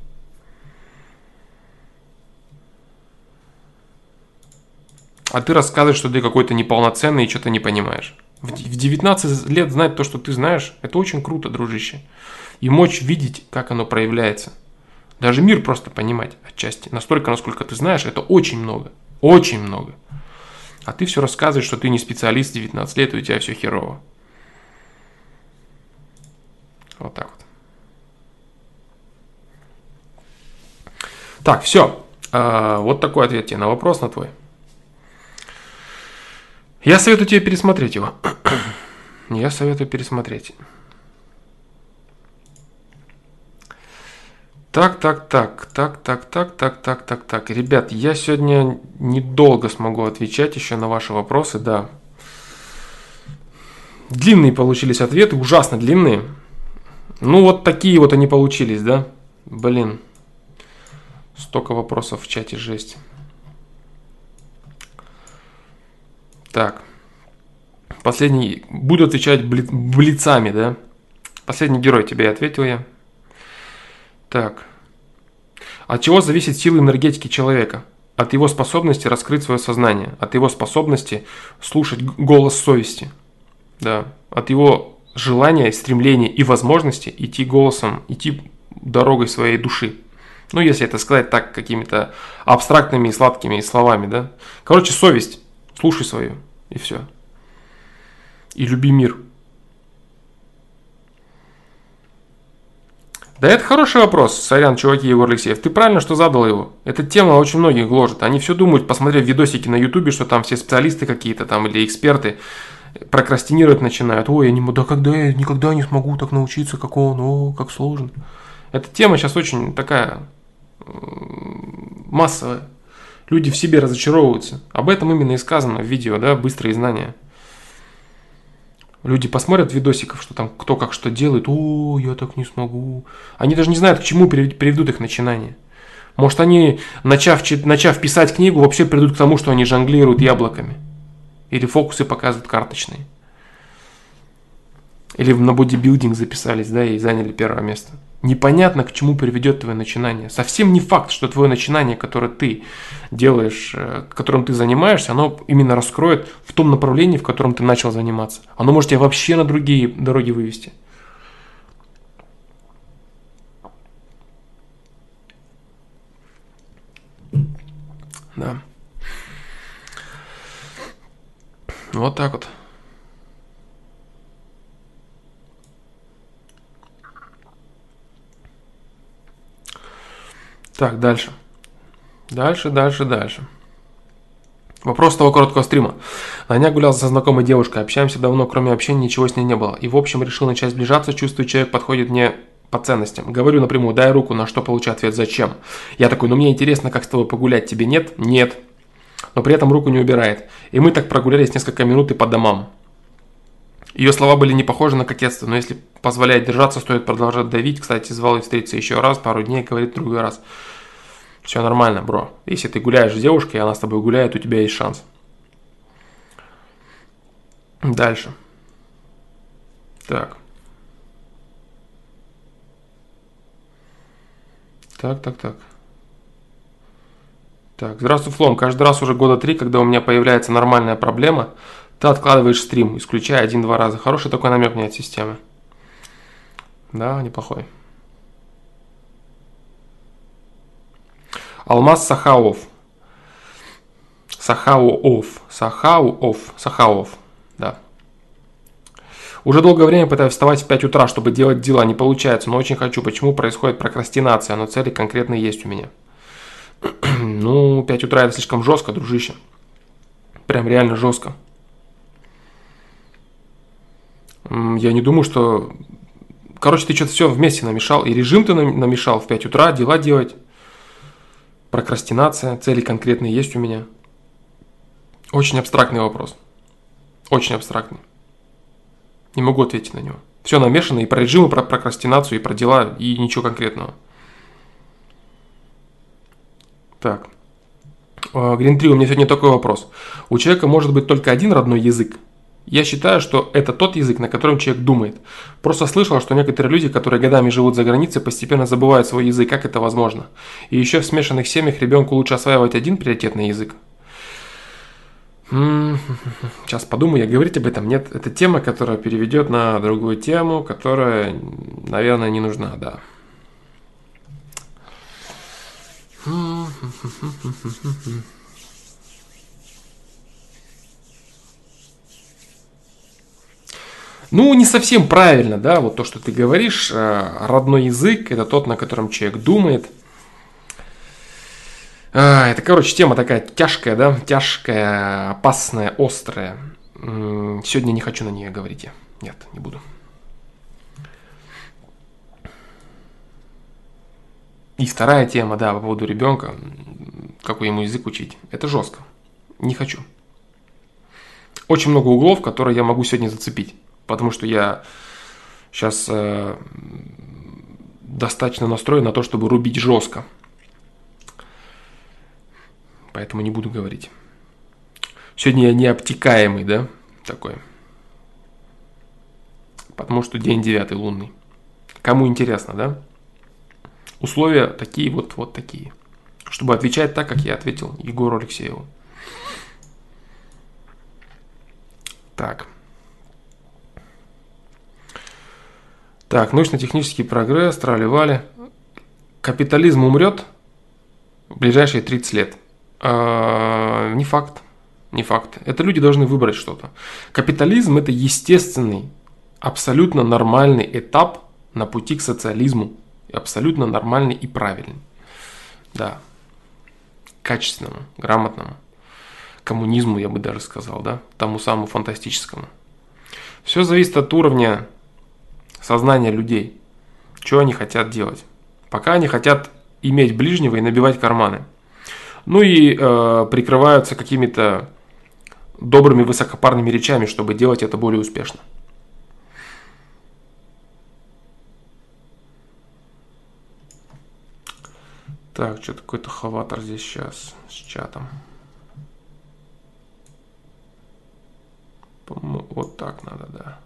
А ты рассказываешь, что ты какой-то неполноценный и что-то не понимаешь. В 19 лет знать то, что ты знаешь, это очень круто, дружище. И мочь видеть, как оно проявляется Даже мир просто понимать отчасти. Настолько, насколько ты знаешь, это очень много. Очень много. А ты все рассказываешь, что ты не специалист, 19 лет, и у тебя все херово. Вот так вот. Так, все. Вот такой ответ тебе на вопрос на твой. Я советую тебе пересмотреть его. Я советую пересмотреть. Так. Ребят, я сегодня недолго смогу отвечать еще на ваши вопросы, да. Длинные получились ответы, ужасно длинные. Ну, вот такие вот они получились, да? Блин. Столько вопросов в чате, жесть. Так. Последний. Буду отвечать блицами, да? Последний герой тебе ответил я. Так. От чего зависит сила энергетики человека? От его способности раскрыть свое сознание. От его способности слушать голос совести. Да. От его желания, стремления и возможности идти голосом, идти дорогой своей души. Ну, если это сказать так, какими-то абстрактными и сладкими словами, да. Короче, совесть. Слушай свою. И все. И люби мир. Да это хороший вопрос, сорян, чуваки, Егор Алексеев. Ты правильно, что задал его. Эта тема очень многих гложет. Они все думают, посмотрев видосики на ютубе, что там все специалисты какие-то там или эксперты прокрастинировать начинают. Ой, я никогда не смогу так научиться, как он, о, как сложно. Эта тема сейчас очень такая массовая. Люди в себе разочаровываются. Об этом именно и сказано в видео, да, быстрые знания. Люди посмотрят видосиков, что там кто как что делает. О, я так не смогу. Они даже не знают, к чему приведут их начинания. Может, они, начав писать книгу, вообще придут к тому, что они жонглируют яблоками. Или фокусы показывают карточные. Или на бодибилдинг записались, да, и заняли первое место. Непонятно, к чему приведет твое начинание. Совсем не факт, что твое начинание, которое ты делаешь, которым ты занимаешься, оно именно раскроет в том направлении, в котором ты начал заниматься. Оно может тебя вообще на другие дороги вывести. Да. Вот так вот. Так, дальше. Дальше. Вопрос того короткого стрима. На днях гулял со знакомой девушкой. Общаемся давно, кроме общения ничего с ней не было. И в общем решил начать сближаться, чувствую, человек подходит мне по ценностям. Говорю напрямую, дай руку, на что получаю ответ, зачем. Я такой, мне интересно, как с тобой погулять, тебе нет? Нет. Но при этом руку не убирает. И мы так прогулялись несколько минут и по домам. Ее слова были не похожи на кокетство, но если позволяет держаться, стоит продолжать давить. Кстати, звал ее встретиться еще раз, пару дней, говорит в другой раз. Все нормально, бро. Если ты гуляешь с девушкой, и она с тобой гуляет, у тебя есть шанс. Дальше. Так. Так, здравствуй, Флом. Каждый раз уже года 3, когда у меня появляется нормальная проблема, ты откладываешь стрим, исключая 1-2 раза. Хороший такой намек мне от системы. Да, неплохой. Алмаз Сахаов. Сахаов. Да. Уже долгое время пытаюсь вставать в 5 утра, чтобы делать дела. Не получается, но очень хочу. Почему происходит прокрастинация? Но цели конкретные есть у меня. 5 утра это слишком жестко, дружище. Прям реально жестко. Я не думаю, что... Короче, ты что-то все вместе намешал. И режим ты намешал в 5 утра, дела делать. Прокрастинация, цели конкретные есть у меня. Очень абстрактный вопрос. Очень абстрактный. Не могу ответить на него. Все намешано и про режим, и про прокрастинацию, и про дела, и ничего конкретного. Так. Green 3, у меня сегодня такой вопрос. У человека может быть только один родной язык. Я считаю, что это тот язык, на котором человек думает. Просто слышал, что некоторые люди, которые годами живут за границей, постепенно забывают свой язык. Как это возможно? И еще в смешанных семьях ребенку лучше осваивать один приоритетный язык. Сейчас подумаю, я говорить об этом нет. Это тема, которая переведет на другую тему, которая, наверное, не нужна, да. Ну, не совсем правильно, да, вот то, что ты говоришь. Родной язык – это тот, на котором человек думает. Это, короче, тема такая тяжкая, да, тяжкая, опасная, острая. Сегодня не хочу на нее говорить я. Нет, не буду. И вторая тема, да, по поводу ребенка, какой ему язык учить. Это жестко. Не хочу. Очень много углов, которые я могу сегодня зацепить. Потому что я сейчас достаточно настроен на то, чтобы рубить жестко. Поэтому не буду говорить. Сегодня я необтекаемый, да, такой. Потому что день 9 лунный. Кому интересно, да? Условия такие, вот такие. Чтобы отвечать так, как я ответил Егору Алексееву. Так. Так, научно-технический прогресс, трали-вали. Капитализм умрет в ближайшие 30 лет. Не факт. Не факт. Это люди должны выбрать что-то. Капитализм – это естественный, абсолютно нормальный этап на пути к социализму. Абсолютно нормальный и правильный. Да. Качественному, грамотному. Коммунизму, я бы даже сказал, да. Тому самому фантастическому. Все зависит от уровня сознания людей. Что они хотят делать. Пока они хотят иметь ближнего и набивать карманы. Ну и прикрываются какими-то добрыми высокопарными речами, чтобы делать это более успешно. Так, что-то какой-то хаватор здесь сейчас с чатом. По-моему, вот так надо, да.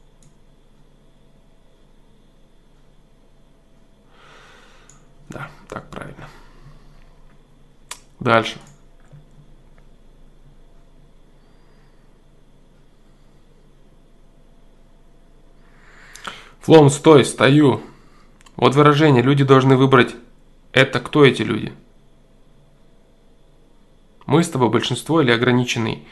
Да, так правильно. Дальше. Флом, стой, стою. Вот выражение, люди должны выбрать. Это кто эти люди? Мы с тобой большинство или ограниченный?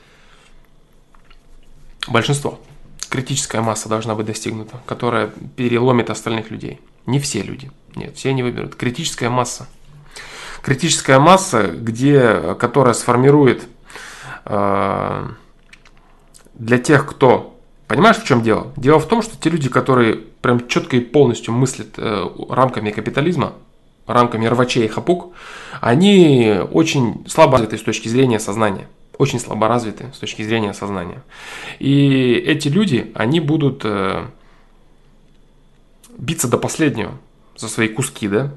Большинство. Критическая масса должна быть достигнута, которая переломит остальных людей. Не все люди. Нет, все не выберут. Критическая масса. Критическая масса, которая сформирует для тех, кто... Понимаешь, в чем дело? Дело в том, что те люди, которые прям четко и полностью мыслят рамками капитализма, рамками рвачей и хапук, они очень слабо развиты с точки зрения сознания. Очень слабо развиты с точки зрения сознания. И эти люди, они будут биться до последнего за свои куски, да?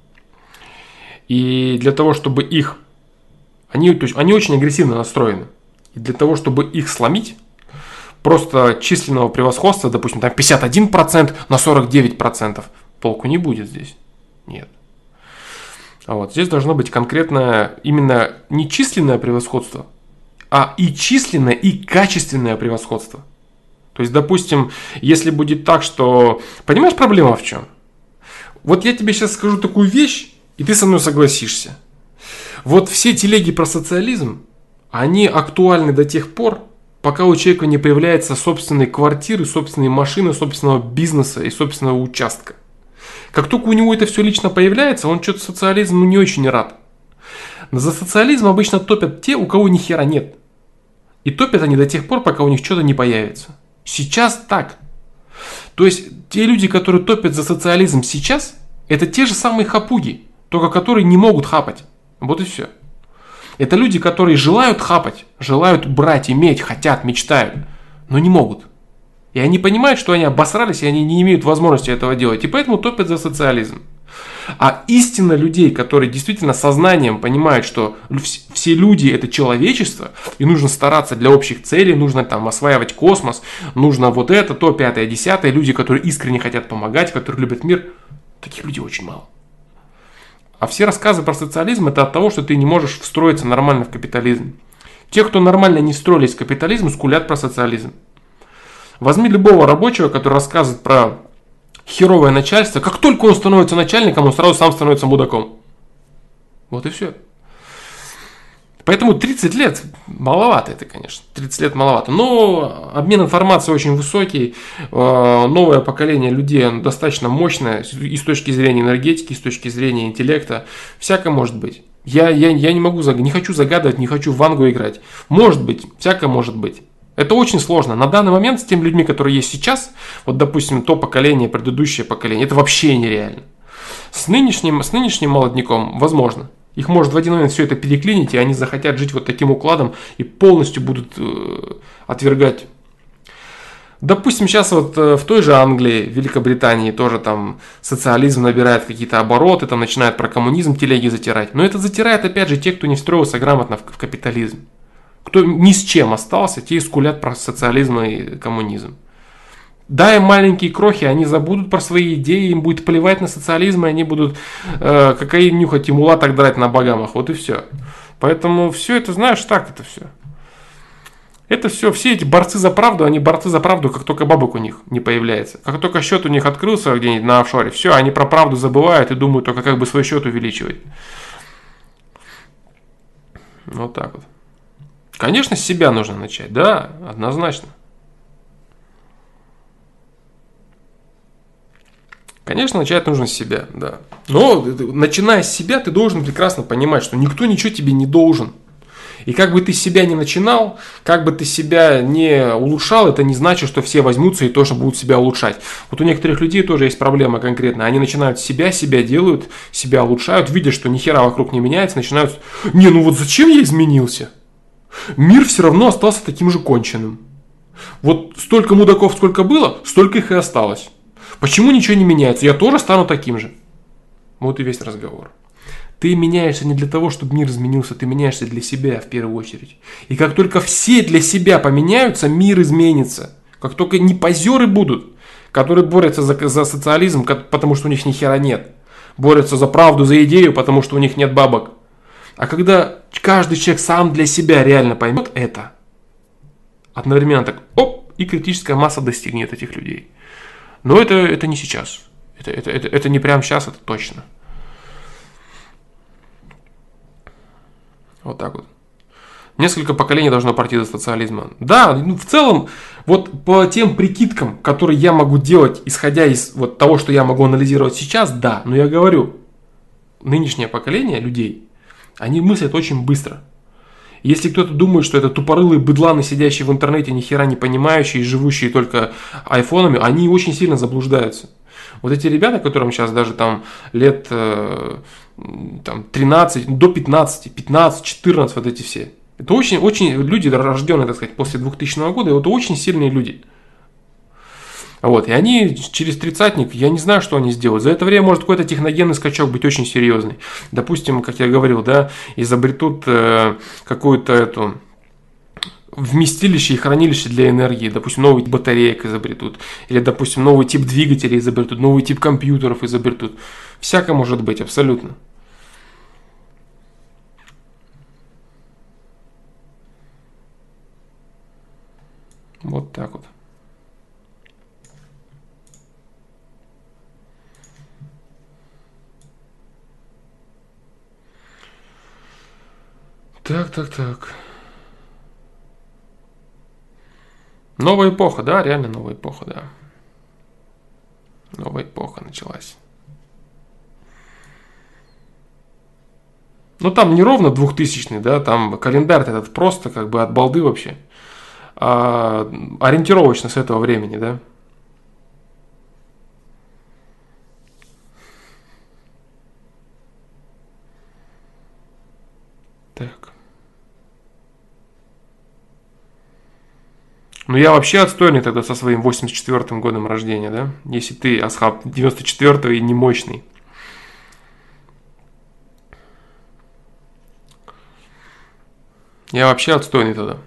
И для того, чтобы их... Они очень агрессивно настроены. И для того, чтобы их сломить, просто численного превосходства, допустим, там 51% на 49%, толку не будет здесь. Нет. А вот здесь должно быть конкретно именно не численное превосходство, а и численное, и качественное превосходство. То есть, допустим, если будет так, что... Понимаешь, проблема в чем? Вот я тебе сейчас скажу такую вещь, и ты со мной согласишься. Вот все телеги про социализм, они актуальны до тех пор, пока у человека не появляется собственной квартиры, собственной машины, собственного бизнеса и собственного участка. Как только у него это все лично появляется, он что-то социализму не очень рад. Но за социализм обычно топят те, у кого ни хера нет. И топят они до тех пор, пока у них что-то не появится. Сейчас так. То есть, те люди, которые топят за социализм сейчас, это те же самые хапуги, только которые не могут хапать. Вот и все. Это люди, которые желают хапать, желают брать, иметь, хотят, мечтают, но не могут. И они понимают, что они обосрались, и они не имеют возможности этого делать. И поэтому топят за социализм. А истинно людей, которые действительно сознанием понимают, что все люди это человечество, и нужно стараться для общих целей, нужно там осваивать космос, нужно вот это, то, пятое, десятое, люди, которые искренне хотят помогать, которые любят мир, таких людей очень мало. А все рассказы про социализм это от того, что ты не можешь встроиться нормально в капитализм. Те, кто нормально не встроились в капитализм, скулят про социализм. Возьми любого рабочего, который рассказывает про херовое начальство. Как только он становится начальником, он сразу сам становится мудаком. Вот и все. Поэтому 30 лет маловато это, конечно. 30 лет маловато. Но обмен информацией очень высокий. Новое поколение людей достаточно мощное и с точки зрения энергетики, и с точки зрения интеллекта. Всякое может быть. Я не хочу загадывать, не хочу в вангу играть. Может быть, всякое может быть. Это очень сложно. На данный момент с теми людьми, которые есть сейчас, вот, допустим, то поколение, предыдущее поколение, это вообще нереально. С нынешним молодняком возможно. Их может в один момент все это переклинить, и они захотят жить вот таким укладом и полностью будут отвергать. Допустим, сейчас вот в той же Англии, Великобритании тоже там социализм набирает какие-то обороты, там начинают про коммунизм телеги затирать. Но это затирает опять же те, кто не встроился грамотно в капитализм. Кто ни с чем остался, те и скулят про социализм и коммунизм. Дай им маленькие крохи, они забудут про свои идеи, им будет плевать на социализм, и они будут кокаин нюхать и мулаток драть на багамах, вот и все. Поэтому все это, знаешь, так это все. Это все эти борцы за правду, они борцы за правду, как только бабок у них не появляется. Как только счет у них открылся где-нибудь на офшоре, все, они про правду забывают и думают только как бы свой счет увеличивать. Вот так вот. Конечно, с себя нужно начать, да, однозначно. Конечно, начать нужно с себя, да. Но, начиная с себя, ты должен прекрасно понимать, что никто ничего тебе не должен. И как бы ты себя не начинал, как бы ты себя не улучшал, это не значит, что все возьмутся и тоже будут себя улучшать. Вот у некоторых людей тоже есть проблема конкретная. Они начинают себя делают, себя улучшают, видят, что ни хера вокруг не меняется, начинают: не, ну вот зачем я изменился? Мир все равно остался таким же конченым. Вот столько мудаков, сколько было, столько их и осталось. Почему ничего не меняется? Я тоже стану таким же. Вот и весь разговор. Ты меняешься не для того, чтобы мир изменился, ты меняешься для себя в первую очередь. И как только все для себя поменяются, мир изменится. Как только не позеры будут, которые борются за социализм, потому что у них ни хера нет. Борются за правду, за идею, потому что у них нет бабок. А когда каждый человек сам для себя реально поймет это, одновременно так, оп, и критическая масса достигнет этих людей. Но это не сейчас. Это не прямо сейчас, это точно. Вот так вот. Несколько поколений должно пройти до социализма. Да, в целом, вот по тем прикидкам, которые я могу делать, исходя из вот того, что я могу анализировать сейчас, да. Но я говорю, нынешнее поколение людей, они мыслят очень быстро. Если кто-то думает, что это тупорылые быдланы, сидящие в интернете, ни хера не понимающие, живущие только айфонами, они очень сильно заблуждаются. Вот эти ребята, которым сейчас даже там лет там, 13, до 15, 15, 14, вот эти все. Это очень люди, рожденные, так сказать, после 2000 года, это очень сильные люди. Вот, и они через тридцатник, я не знаю, что они сделают. За это время может какой-то техногенный скачок быть очень серьезный. Допустим, как я говорил, да, изобретут какую-то эту вместилище и хранилище для энергии. Допустим, новый тип батареек изобретут. Или, допустим, новый тип двигателей изобретут, новый тип компьютеров изобретут. Всякое может быть, абсолютно. Вот так вот. Так. Новая эпоха, да, реально новая эпоха, да. Новая эпоха началась. Ну там не ровно 2000-й, да, там календарь этот просто как бы от балды вообще. Ориентировочно с этого времени, да. Так. Ну я вообще отстойный тогда со своим 84-м годом рождения, да? Если ты, Асхаб, 94-го и не мощный. Я вообще отстойный тогда.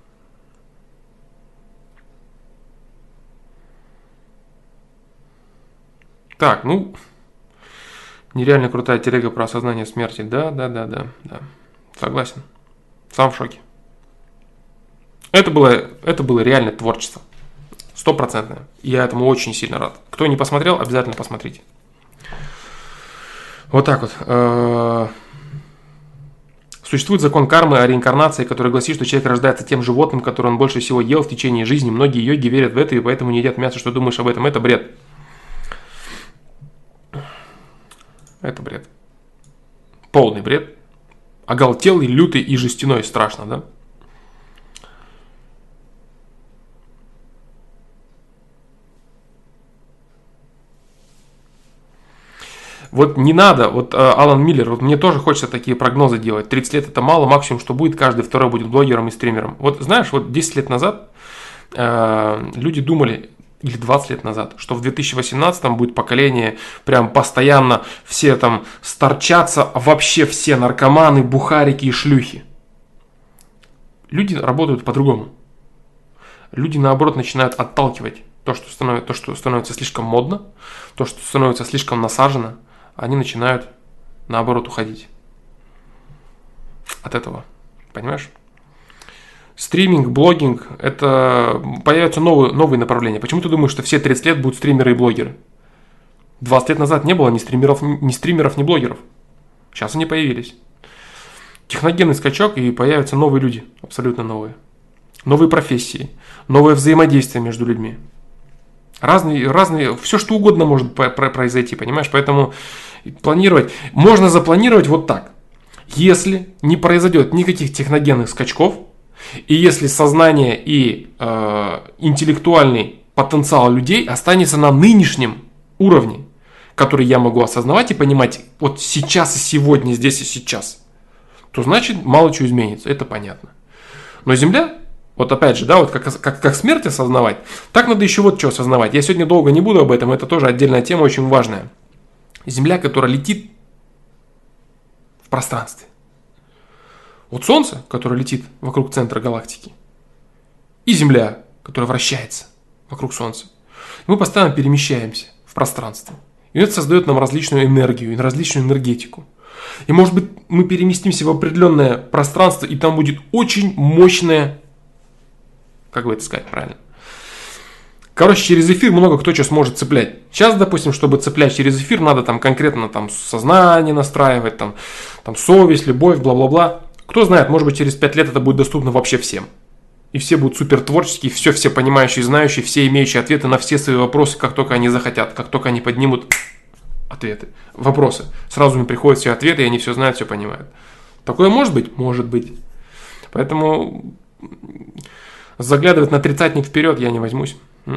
Так, ну, нереально крутая телега про осознание смерти. Да. Согласен. Сам в шоке. Это было реально творчество. 100%. Я этому очень сильно рад. Кто не посмотрел, обязательно посмотрите. Вот так вот. Существует закон кармы о реинкарнации, который гласит, что человек рождается тем животным, которое он больше всего ел в течение жизни. Многие йоги верят в это и поэтому не едят мясо. Что думаешь об этом? Это бред. Это бред. Полный бред. Оголтелый, лютый и жестяной. Страшно, да? Вот не надо, вот Алан Миллер, вот мне тоже хочется такие прогнозы делать. 30 лет это мало, максимум, что будет, каждый второй будет блогером и стримером. Вот знаешь, вот 10 лет назад люди думали, или 20 лет назад, что в 2018 будет поколение прям постоянно все там сторчатся, вообще все наркоманы, бухарики и шлюхи. Люди работают по-другому. Люди, наоборот, начинают отталкивать то, что становится слишком модно, то, что становится слишком насажено. Они начинают, наоборот, уходить от этого. Понимаешь? Стриминг, блогинг, это появятся новые направления. Почему ты думаешь, что все 30 лет будут стримеры и блогеры? 20 лет назад не было ни стримеров, ни блогеров. Сейчас они появились. Техногенный скачок, и появятся новые люди, абсолютно новые. Новые профессии, новое взаимодействие между людьми. Разные, все что угодно может произойти, понимаешь? Поэтому планировать, можно запланировать вот так. Если не произойдет никаких техногенных скачков, и если сознание и интеллектуальный потенциал людей останется на нынешнем уровне, который я могу осознавать и понимать вот сейчас и сегодня, здесь и сейчас, то значит мало чего изменится, это понятно. Но Земля, вот опять же, да, вот как смерть осознавать, так надо еще вот что осознавать. Я сегодня долго не буду об этом, это тоже отдельная тема, очень важная. Земля, которая летит в пространстве. Вот Солнце, которое летит вокруг центра галактики, и Земля, которая вращается вокруг Солнца. Мы постоянно перемещаемся в пространстве. И это создает нам различную энергию, различную энергетику. И может быть мы переместимся в определенное пространство, и там будет очень мощное, как бы это сказать правильно. Короче, через эфир много кто что сможет цеплять. Сейчас, допустим, чтобы цеплять через эфир, надо там конкретно там сознание настраивать, там совесть, любовь, бла-бла-бла. Кто знает, может быть, через 5 лет это будет доступно вообще всем. И все будут супер творческие, все понимающие, знающие, все имеющие ответы на все свои вопросы, как только они захотят, как только они поднимут ответы, вопросы. Сразу им приходят все ответы, и они все знают, все понимают. Такое может быть? Может быть. Поэтому заглядывать на тридцатник вперед я не возьмусь.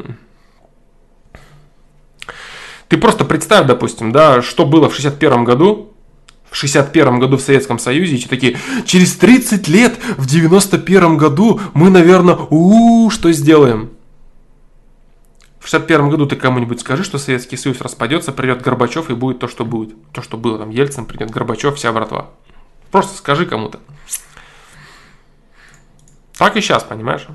Ты просто представь, допустим, да, что было в 61 году. В 61 году в Советском Союзе, и такие, через 30 лет, в 91 году, мы, наверное, что сделаем? В 61 году ты кому-нибудь скажи, что Советский Союз распадется, придет Горбачев, и будет то, что будет. То, что было, там, Ельцин, придет Горбачев, вся братва. Просто скажи кому-то. Так и сейчас, понимаешь?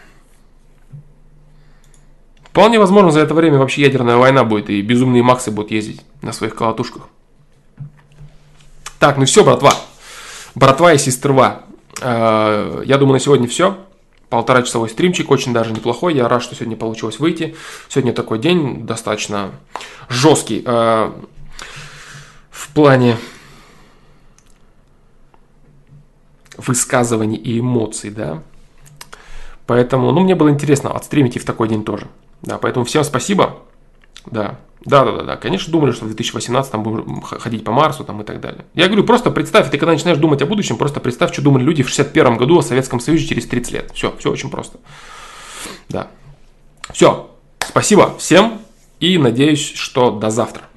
Вполне возможно, за это время вообще ядерная война будет, и безумные Максы будут ездить на своих колотушках. Так, ну все, братва и сестрва. Я думаю, на сегодня все. 1,5-часовой стримчик, очень даже неплохой. Я рад, что сегодня получилось выйти. Сегодня такой день достаточно жесткий в плане высказываний и эмоций, да. Поэтому, мне было интересно отстримить и в такой день тоже. Да, поэтому всем спасибо. Да. Конечно, думали, что в 2018 будем ходить по Марсу там, и так далее. Я говорю, просто представь, ты когда начинаешь думать о будущем, просто представь, что думали люди в 61 году о Советском Союзе через 30 лет. Все очень просто. Да. Все. Спасибо всем и надеюсь, что до завтра.